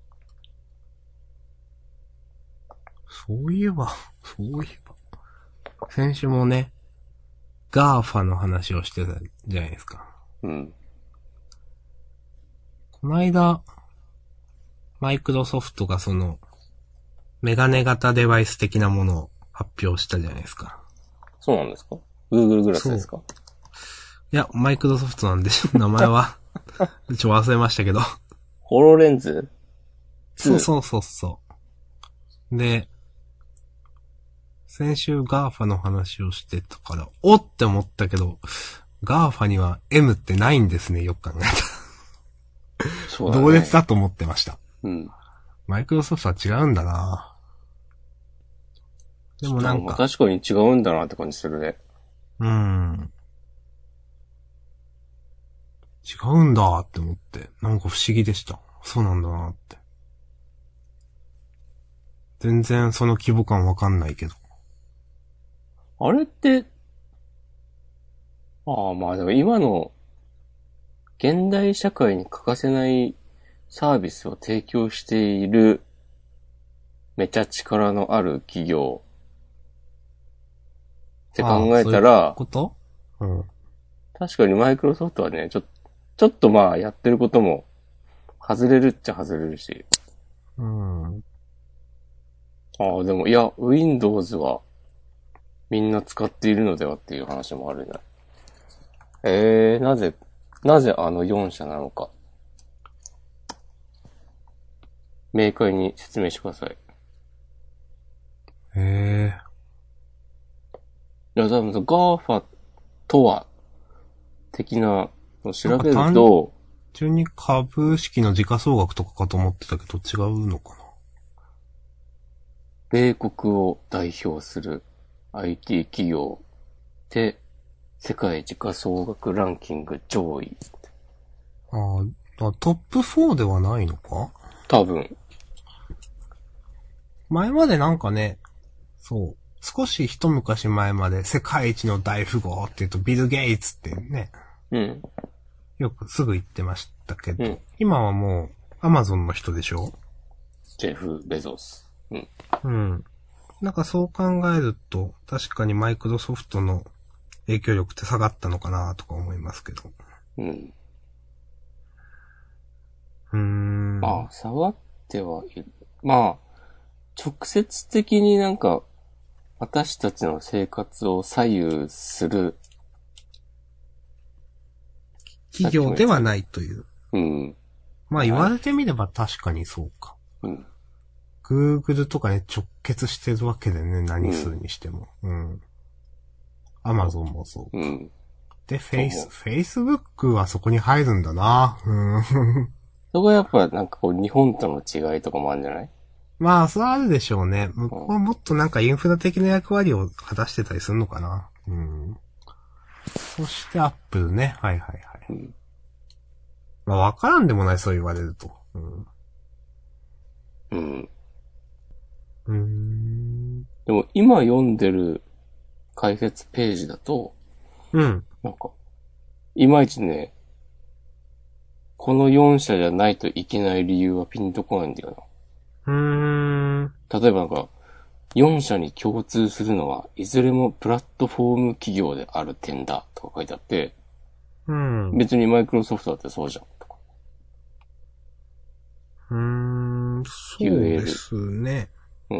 そういえば、そういえば。先週もね、ガーファの話をしてたじゃないですか。 うん。 この間、マイクロソフトがその、メガネ型デバイス的なものを発表したじゃないですか。 そうなんですか？ Google グラスですか？ いや、マイクロソフトなんでしょ、名前は。ちょ、忘れましたけど。 ホロレンズ？ そうそうそうそう。で、 先週ガーファの話をしてたから、おって思ったけど、ガーファには エム ってないんですね、よく考えた。 そうだね。 同列だと思ってました。 うん。 マイクロソフトは違うんだな。でもなんか。 確かに違うんだなって感じするね。 うーん。違うんだって思って、なんか不思議でした。そうなんだなって。全然その規模感わかんないけど。 あれって、ああまあでも今の現代社会に欠かせないサービスを提供しているめちゃ力のある企業って考えたら、 ああ、そういうこと？うん。 確かにマイクロソフトはね、ちょ、ちょっとまあやってることも外れるっちゃ外れるし。 うん。 ああ、でもいや、Windows はみんな使っているのではっていう話もあるね。えー、なぜ、なぜあのよん社なのか。明快に説明してください。 へえ。 いや、多分、ガーファとは、的なのを調べると、 単純に株式の時価総額とかかと思ってたけど違うのかな。 米国を代表する アイティー 企業で、世界時価総額ランキング上位。 ああ、トップフォーではないのか？ 多分。 前までなんかね、そう。少し一昔前まで世界一の大富豪って言うとビル・ゲイツってね。 うん。 よくすぐ言ってましたけど。 うん、 今はもう、アマゾンの人でしょ？ ジェフ・ベゾス。うん。 うん。なんかそう考えると、確かにマイクロソフトの影響力って下がったのかなとか思いますけど。 うん。 うーん。 まあ、下がってはいる。まあ、直接的になんか、私たちの生活を左右する。 企業ではないという。 うん。 まあ言われてみれば確かにそうか。 うん。 Google とかね、直結してるわけでね、何するにしても。うん。Amazon もそうか。 うん。 で、Face、Facebook はそこに入るんだな。うん。 そこはやっぱなんかこう日本との違いとかもあるんじゃない？ まあ、それはあるでしょうね。向こうはもっとなんかインフラ的な役割を果たしてたりするのかな。うん。そして Apple ね。はいはいはい。うん、まあ、わからんでもない、そう言われると。うん。 うん。 うーん。 でも今読んでる解説ページだと、 うん。 なんか、いまいちね、このよん社じゃないといけない理由はピンとこないんだよな。 うーん。 例えばなんか、よん社に共通するのは、いずれもプラットフォーム企業である点だ、とか書いてあって、 うん。 別にマイクロソフトだってそうじゃん、とか。 うーん、そうですね。 うん。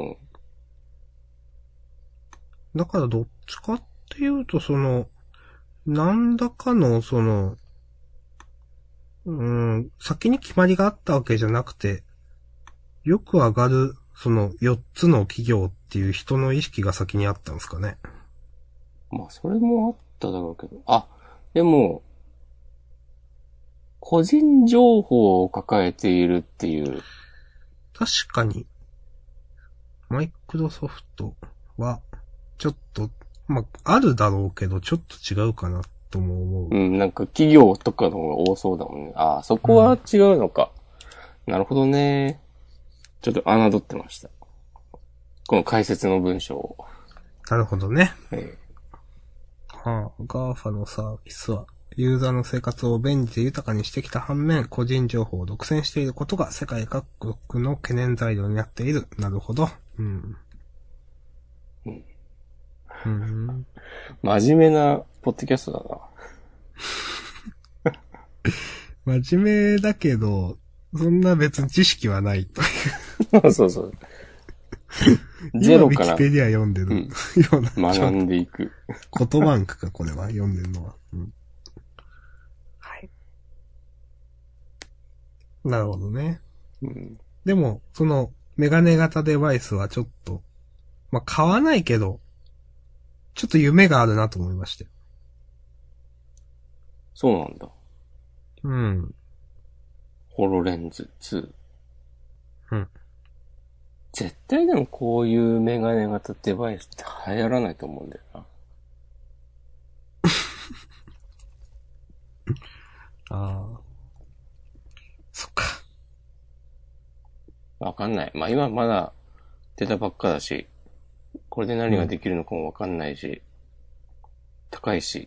だからどっちかっていうと、その、何らかの、その、うん、先に決まりがあったわけじゃなくて、よく上がる、そのよっつの企業っていう人の意識が先にあったんですかね。 まあ、それもあっただろうけど。あ、でも、個人情報を抱えているっていう。 確かに、マイクロソフトは、ちょっと、まあ、あるだろうけど、ちょっと違うかなとも思う。 うん、なんか企業とかの方が多そうだもんね。ああ、そこは違うのか。うん、なるほどね。ちょっと侮ってました。この解説の文章を。 なるほどね。 ええはあ、ガーファのサービスは、ユーザーの生活を便利で豊かにしてきた反面、個人情報を独占していることが世界各国の懸念材料になっている。なるほど。うん。 うん。 うん。 真面目なポッドキャストだな。真面目だけど、そんな別に知識はないという。そうそう。ゼロから。 ウィキペディア読んでる、うん、ような。 学んでいく。 コトバンクか、これは。読んでるのは。うん、はい。なるほどね。 うん、 でも、その、メガネ型デバイスはちょっと、まあ、買わないけど、 ちょっと夢があるなと思いましたよ。 そうなんだ。 うん。 ホロレンズツー。 うん。 絶対でもこういうメガネ型デバイスって流行らないと思うんだよな。 ああ。そっか。 わかんない。まあ今まだ出たばっかだし、これで何ができるのかもわかんないし、うん、高いし。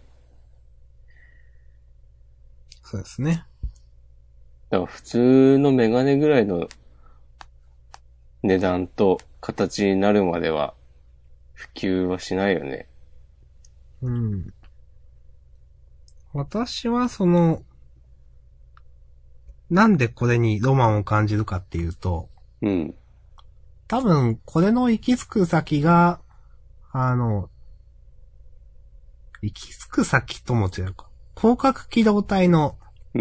そうですね。 だから普通のメガネぐらいの値段と形になるまでは普及はしないよね。 うん。私はその、なんでこれにロマンを感じるかっていうと、 うん。 多分これの行き着く先が、あの、行き着く先とも違うか。広角機動隊の、 うん。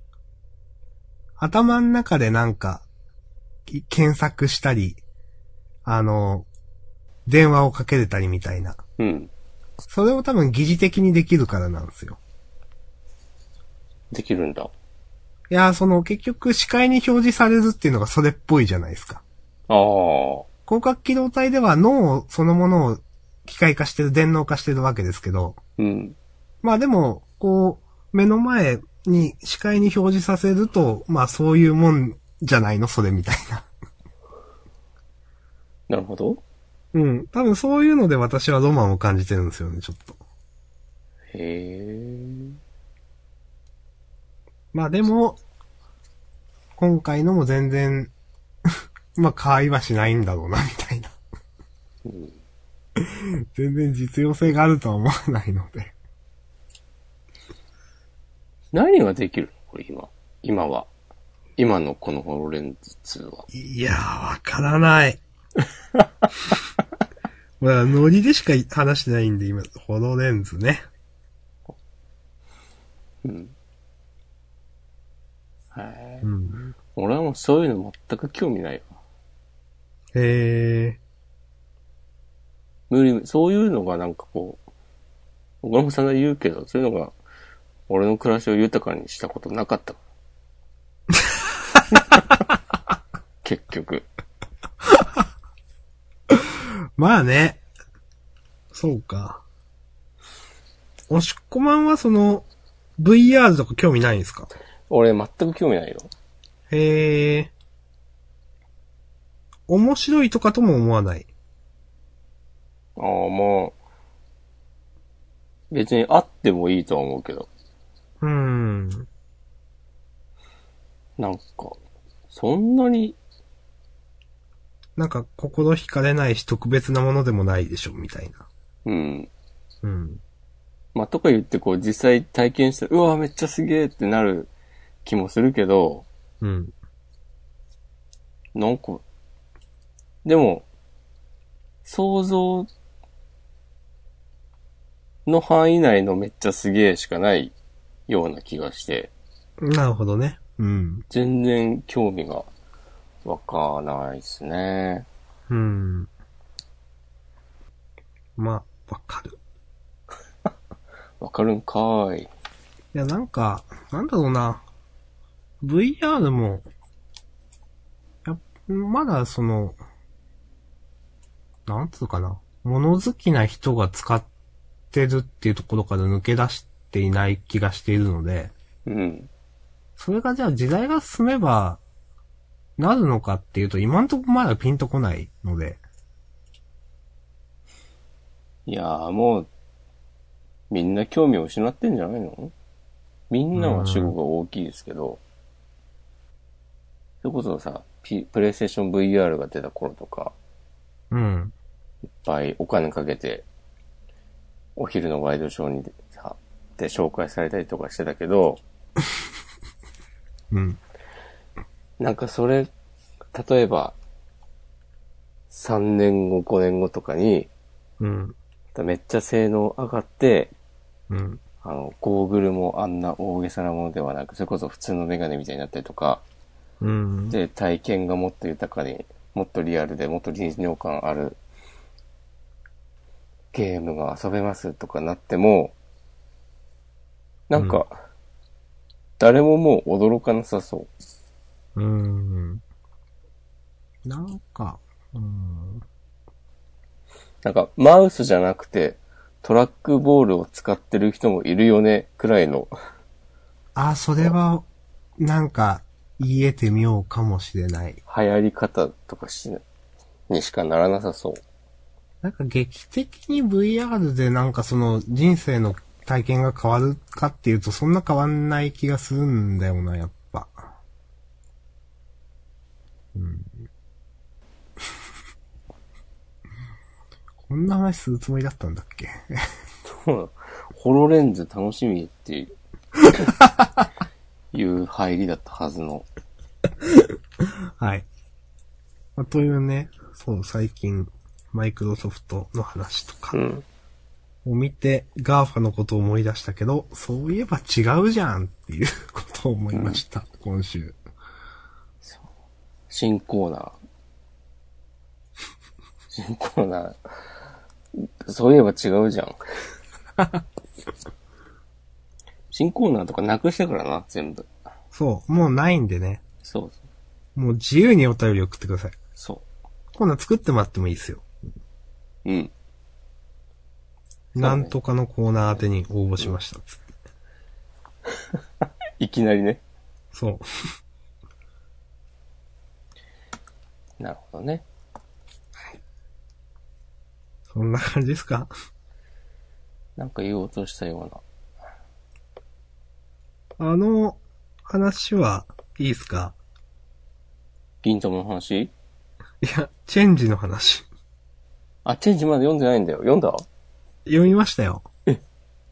頭の中でなんか、検索したり、あの、電話をかけれたりみたいな。 うん。 それを多分疑似的にできるからなんですよ。 できるんだ。 いや、その結局視界に表示されるっていうのがそれっぽいじゃないですか。 ああ。 広角機動隊では脳そのものを機械化してる、電脳化してるわけですけど。 うん。 まあでも、こう、目の前に視界に表示させると、まあそういうもんじゃないのそれみたいな。 なるほど。 うん。多分そういうので私はロマンを感じてるんですよね、ちょっと。 へえ。 まあでも、今回のも全然、まあ会話しないんだろうな、みたいな。 うん、 全然実用性があるとは思わないので。何ができるのこれ今。今は。今のこのホロレンズツーは。 いやー、わからない。まあ、ノリでしか話してないんで、今、ホロレンズね。 うん。はい。 うん。 俺はもうそういうの全く興味ないわ。 へえ。 無理、そういうのがなんかこう、俺もそんな言うけど、そういうのが、俺の暮らしを豊かにしたことなかったから。結局。 まあね。そうか。おしっこまんはその、ブイアール とか興味ないんですか？ 俺全く興味ないよ。 へえ。面白いとかとも思わない。 ああ、もう、別にあってもいいとは思うけど。 うーん。 なんか、そんなに、 なんか心惹かれないし特別なものでもないでしょ、みたいな。 うん。 うん。 まあ、とか言ってこう実際体験して、うわめっちゃすげえってなる気もするけど、 うん。 なんか、でも、想像の範囲内のめっちゃすげえしかないような気がして、 なるほどね。うん。 全然興味が湧かないですね。 うん。まあ、わかる。 わかるんかーい。 いや、なんか、なんだろうな。ブイアール も、やまだその、なんつうかな。物好きな人が使ってるっていうところから抜け出していない気がしているので、 うん。 それがじゃあ時代が進めば、なるのかっていうと、今んとこまだピンとこないので。 いやーもう、みんな興味を失ってんじゃないの？みんなは主語が大きいですけど、それこそさ、P、プレイステーション ブイアール が出た頃とか、 うん。 いっぱいお金かけて、お昼のワイドショーにさ、で紹介されたりとかしてたけど、 うん。 なんかそれ、例えば、さんねんご、ごねんごとかに、 うん。 めっちゃ性能上がって、 うん。 あの、ゴーグルもあんな大げさなものではなく、それこそ普通のメガネみたいになったりとか、 うん。 で、体験がもっと豊かに、もっとリアルで、もっと臨場感あるゲームが遊べますとかなっても、なんか、うん、誰ももう驚かなさそう。 うーん。なんか、うーん。 なんか、マウスじゃなくて、トラックボールを使ってる人もいるよね、くらいの。 あ、それは、なんか、言えてみようかもしれない。 流行り方とかし、にしかならなさそう。 なんか劇的に ブイアール でなんかその人生の体験が変わるかっていうとそんな変わんない気がするんだよな、やっぱ。うん。こんな話するつもりだったんだっけホロレンズ楽しみっていう、いう入りだったはずの。 はい。まあ、というね、そう、最近、マイクロソフトの話とか、を見て、ガーファのことを思い出したけど、そういえば違うじゃんっていうことを思いました、うん、今週。 そう。新コーナー。新コーナー。そういえば違うじゃん。新コーナーとかなくしたからな、全部。 そう、もうないんでね。 そうそう。 もう自由にお便り送ってください。 そう。 コーナー作ってもらってもいいですよ。 うん。 なんとかのコーナー宛てに応募しました。 うん、いきなりね。 そう。 なるほどね。 はい。そんな感じですか？ なんか言おうとしたような。あの話はいいですか？ 銀玉の話？いや、チェンジの話。 あ、チェンジまだ読んでないんだよ。読んだ？ 読みましたよ。 え？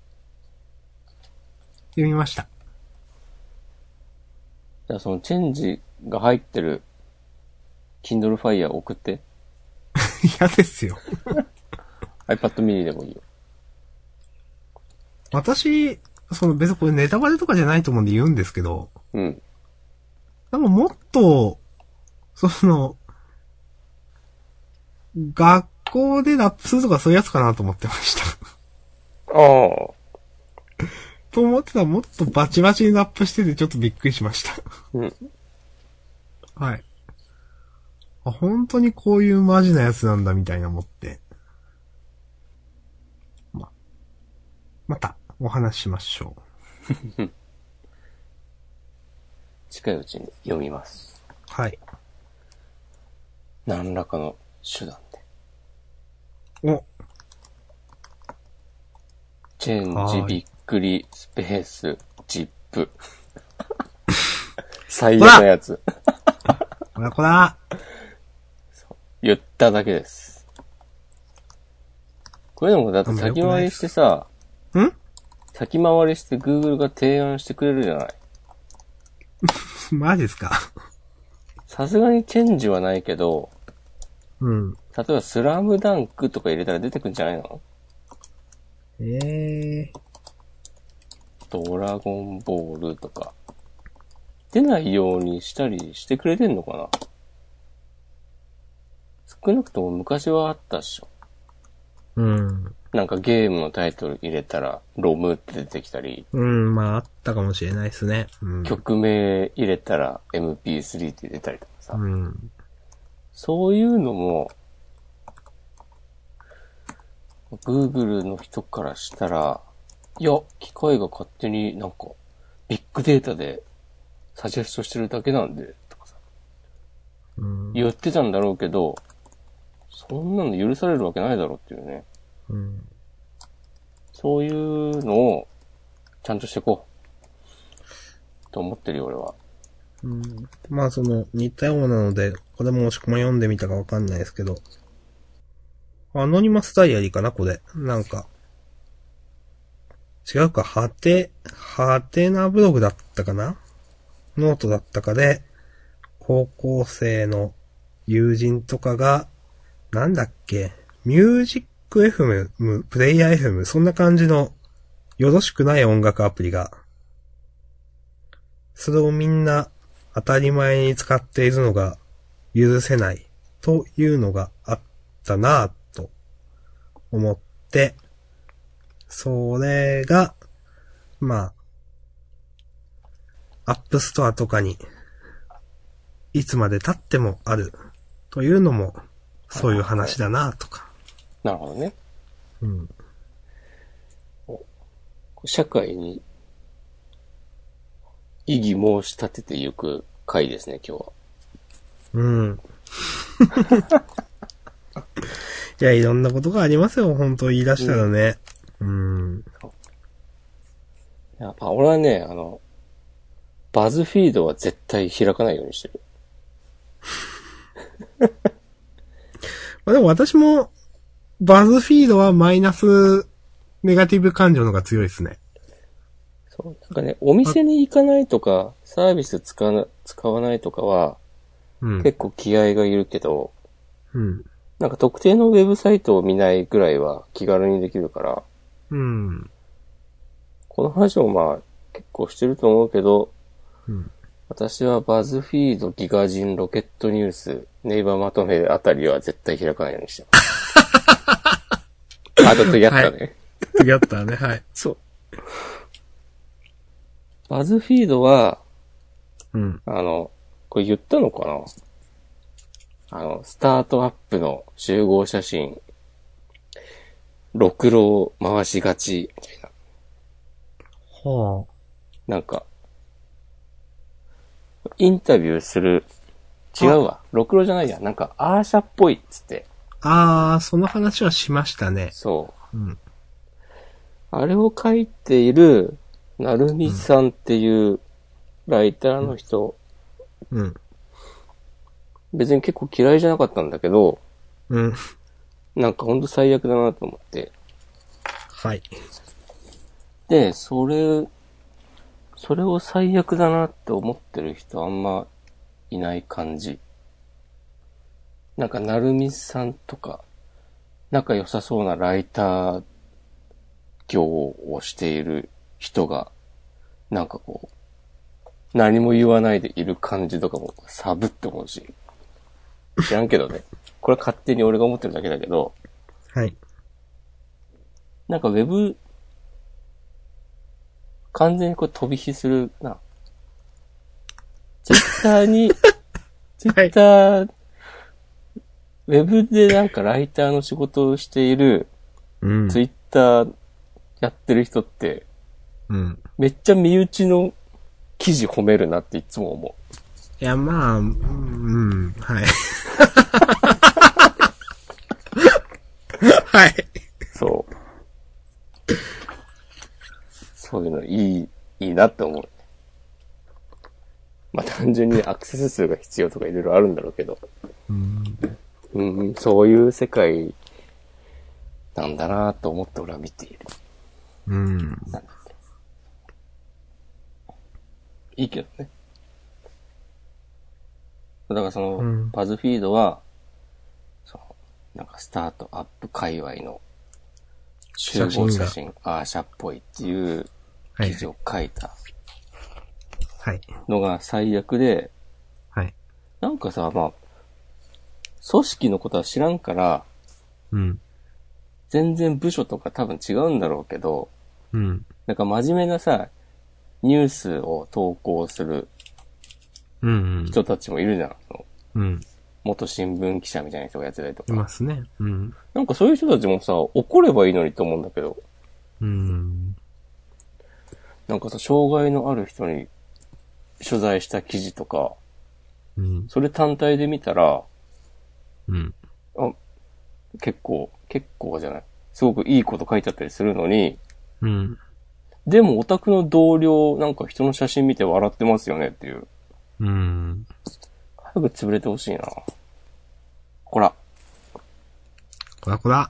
読みました。 じゃあそのチェンジが入ってる Kindle Fire 送って。 嫌ですよ。 iPad mini でもいいよ。 私、その別にこれネタバレとかじゃないと思うんで言うんですけど。 うん。 でももっと、その、学校でラップするとかそういうやつかなと思ってました。 ああ。 と思ってたらもっとバチバチにラップしててちょっとびっくりしました。 うん。 はい。あ、本当にこういうマジなやつなんだみたいな思って。ま、またお話ししましょう。 近いうちに読みます。 はい。 何らかの手段で。お。 チェンジびっくりスペースジップ。最悪なやつ。 こらこら。 言っただけです。これでもだって先回りしてさ、 ん？ 先回りして Google が提案してくれるじゃない。 マジですか？ さすがにチェンジはないけど、 うん。 例えばスラムダンクとか入れたら出てくんじゃないの？ ええー。 ドラゴンボールとか。出ないようにしたりしてくれてんのかな？少なくとも昔はあったっしょ。 うん。 なんかゲームのタイトル入れたらロムって出てきたり。 うん、まああったかもしれないですね。うん、 曲名入れたら エムピースリー って出たりとかさ。 うん。 そういうのも、Google の人からしたら、いや、機械が勝手になんかビッグデータでサジェストしてるだけなんで、とかさ。 うん、 言ってたんだろうけど、そんなの許されるわけないだろうっていうね。 うん、 そういうのをちゃんとしていこう。と思ってるよ、俺は。 うん。まあその似たようなので、これも押し込ま読んでみたかわかんないですけど、アノニマスダイアリーかなこれ。なんか、違うか、はて、はてなブログだったかなノートだったかで、高校生の友人とかが、なんだっけ、ミュージック エフエム、プレイヤー エフエム、そんな感じの、よろしくない音楽アプリが、それをみんな当たり前に使っているのが許せないというのがあったなぁと思っ 、それが、まあ、アップストアとかに、いつまで経ってもある、というのも、そういう話だな、とか。 なるほどね。 うん。 社会に異議申し立てていく回ですね、今日は。 うん。いや、いろんなことがありますよ、本当言い出したらね。うん。うん、 やっぱ俺はね、あの、バズフィードは絶対開かないようにしてる。 まあでも私も、バズフィードはマイナス、ネガティブ感情の方が強いですね。 そう。なんかね、お店に行かないとか、サービス使わな、使わないとかは、うん、結構気合がいるけど、 うん。 なんか特定のウェブサイトを見ないぐらいは気軽にできるから、 うん。 この話もまあ結構してると思うけど、 うん、 私はバズフィード、ギガ人、ロケットニュース、ネイバーまとめあたりは絶対開かないようにしてます。あ、ちょっとやったね。 はい、やったね、はい。 そう。バズフィードは、 うん。 あの、これ言ったのかな？あの、スタートアップの集合写真、ろくろを回しがち、みたいな。 はあ。 なんか、インタビューする、違うわ。ろくろじゃないや。なんか、アーシャっぽいっつって。 ああ、その話はしましたね。 そう。 うん。 あれを書いている、なるみさんっていうライターの人、 うん。うん、 別に結構嫌いじゃなかったんだけど、 うん。 なんかほんと最悪だなと思って。 はい。 で、それ、それを最悪だなって思ってる人あんまいない感じ。なんか、なるみさんとか、仲良さそうなライター業をしている人が、なんかこう、何も言わないでいる感じとかもサブって思うし。知らんけどね。これ勝手に俺が思ってるだけだけど。 はい。 なんかウェブ、完全にこれ飛び火するな。ツイッターに、ツイッター、はい、ウェブでなんかライターの仕事をしている、 うん、 ツイッターやってる人って、 うん、 めっちゃ身内の記事褒めるなっていつも思う。 いや、まあ、うん、はい。はい。 そう。そういうのいい、いいなって思う。まあ単純にアクセス数が必要とかいろいろあるんだろうけど。 うん、 うん、そういう世界なんだなと思って俺は見ている。 うん。 いいけどね。だからその、 うん、 バズフィードは、その、なんかスタートアップ界隈の集合写真、アーシャっぽいっていう記事を書いたのが最悪で、 はい。 なんかさ、まあ、組織のことは知らんから、 うん。 全然部署とか多分違うんだろうけど、 うん。 なんか真面目なさ、ニュースを投稿する人たちもいるじゃん。 うん。 元新聞記者みたいな人がやってたりとか。 いますね。うん。 なんかそういう人たちもさ、怒ればいいのにと思うんだけど。 うん。 なんかさ、障害のある人に取材した記事とか、 うん。 それ単体で見たら、 うん。 あ、結構、結構じゃない。すごくいいこと書いてあったりするのに、 うん。 でもオタクの同僚、なんか人の写真見て笑ってますよねっていう。 うん。 早く潰れてほしいな。こら。 こらこら。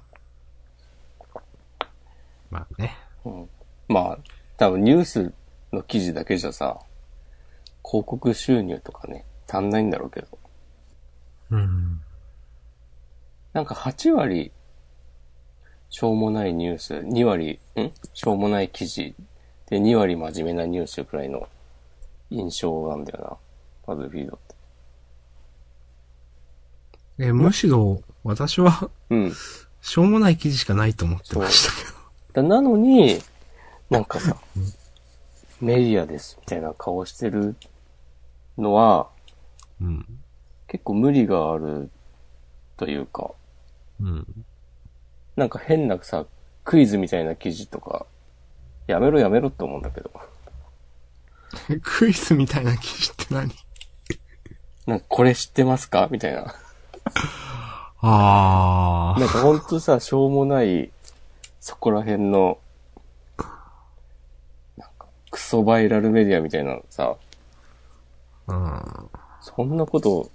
まあね。 うん。まあ、多分ニュースの記事だけじゃさ、広告収入とかね、足んないんだろうけど。 うん。 なんかはち割、しょうもないニュース、に割、んしょうもない記事、でに割真面目なニュースくらいの印象なんだよな。バズフィードって。 え、むしろ、私は、 うん。 しょうもない記事しかないと思ってましたけど。 だなのに、なんかさ、うん、メディアですみたいな顔してるのは、 うん、 結構無理があるというか、 うん、 なんか変なさ、クイズみたいな記事とか、やめろやめろって思うんだけど。 クイズみたいな記事って何？ なんかこれ知ってますかみたいな。 あー。 なんかほんとさ、しょうもない、そこら辺の、なんか、クソバイラルメディアみたいなのさ、 うん、 そんなこと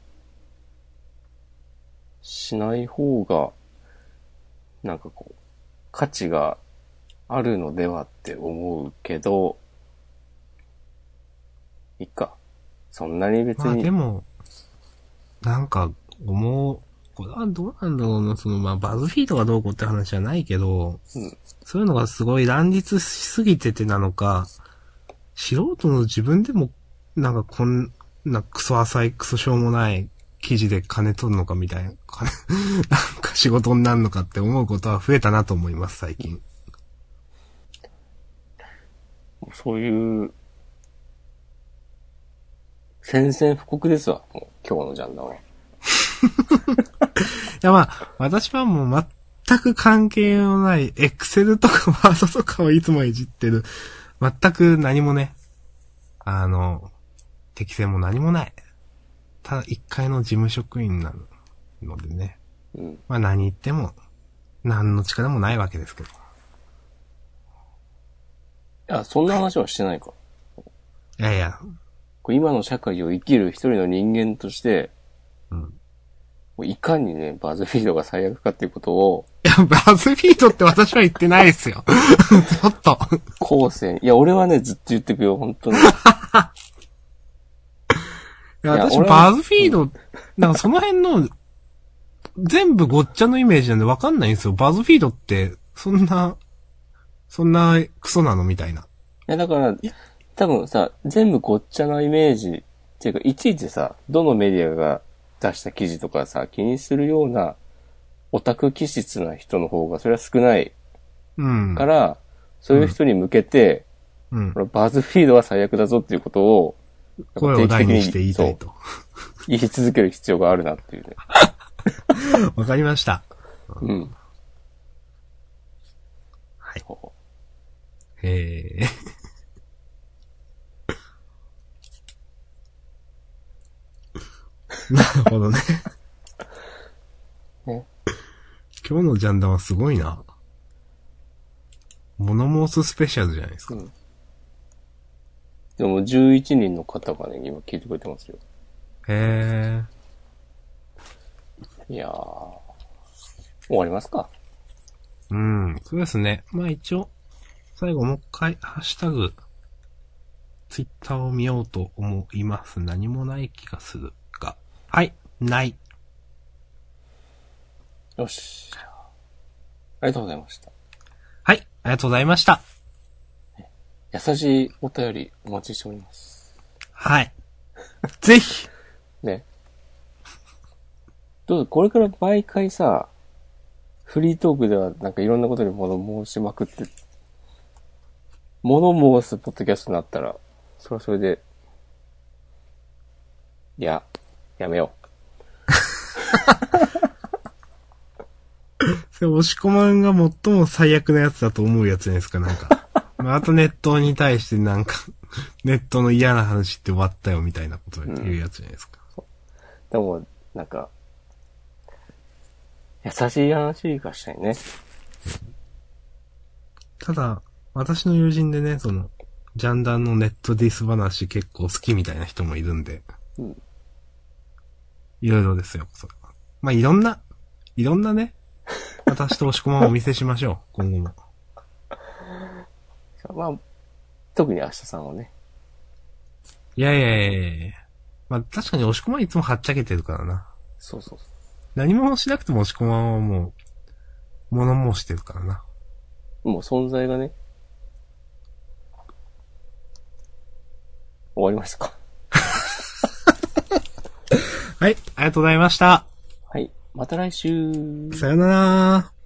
しない方が、なんかこう、価値があるのではって思うけど、いいか。そんなに別に。 まあでも、なんか、思う、これはどうなんだろうな、その、まあ、バズフィードがどうこうって話じゃないけど、 うん、 そういうのがすごい乱立しすぎててなのか、素人の自分でも、なんかこんなクソ浅いクソしょうもない記事で金取るのかみたいな、金なんか仕事になるのかって思うことは増えたなと思います、最近。 そういう、宣戦布告ですわ、もう今日のジャンダンは。いやまあ、私はもう全く関係のない、エクセルとかワードとかをいつもいじってる。全く何もね、あの、適性も何もない。ただ一階の事務職員なのでね。 うん、 まあ何言っても、何の力もないわけですけど。いや、そんな話はしてないか。 いやいや。 今の社会を生きる一人の人間として、 うん。 いかにね、バズフィードが最悪かっていうことを。 いや、バズフィードって私は言ってないですよ。ちょっと。 後世に。いや、俺はね、ずっと言ってくよ、本当に。いや、私、バズフィード、なんかその辺の、全部ごっちゃのイメージなんでわかんないんですよ。バズフィードって、そんな、そんなクソなのみたいな。いや、だから、多分さ、全部ごっちゃのイメージ、っていうか、いちいちさ、どのメディアが出した記事とかさ、気にするような、オタク気質な人の方が、それは少ないうん。 から、そういう人に向けて、 うん。 バズフィードは最悪だぞっていうことを、 声を大にして言いたいと。 言い続ける必要があるなっていうね。 わかりました。 うん。 はい。へえ。なるほどね。 ね。 今日のジャンダンはすごいな。モノモーススペシャルじゃないですか。うん、 でもじゅういちにんの方がね、今聞いてくれてますよ。 へー。いやー。終わりますか。 うん、そうですね。まあ一応、最後もう一回、ハッシュタグ、ツイッターを見ようと思います。何もない気がするが。はい、ない。 よし。ありがとうございました。 はい、ありがとうございました。 優しいお便りお待ちしております。 はい。ぜひね。どうぞ、これから毎回さ、フリートークではなんかいろんなことに物申しまくって、物申すポッドキャストになったら、それはそれで、いや、やめよう。 それ、押し込まんが最も最悪なやつだと思うやつじゃないですか、なんか。まあ、あとネットに対してなんか、ネットの嫌な話って終わったよみたいなことを言うやつじゃないですか。 うん、でも、なんか、優しい話がしたいね。 ただ、私の友人でね、その、ジャンダンのネットディス話結構好きみたいな人もいるんで。うん。いろいろですよ、それは。まあ、いろんな、いろんなね、私と押し込まんをお見せしましょう、今後も。 まあ、特に明日さんはね。 いやいやいやいやまあ、確かに押し込まんいつもはっちゃけてるからな。 そうそうそう。何もしなくても押し込まんはもう、物申してるからな。 もう存在がね。終わりましたか。 はい、ありがとうございました。 はい、また来週。 さよなら。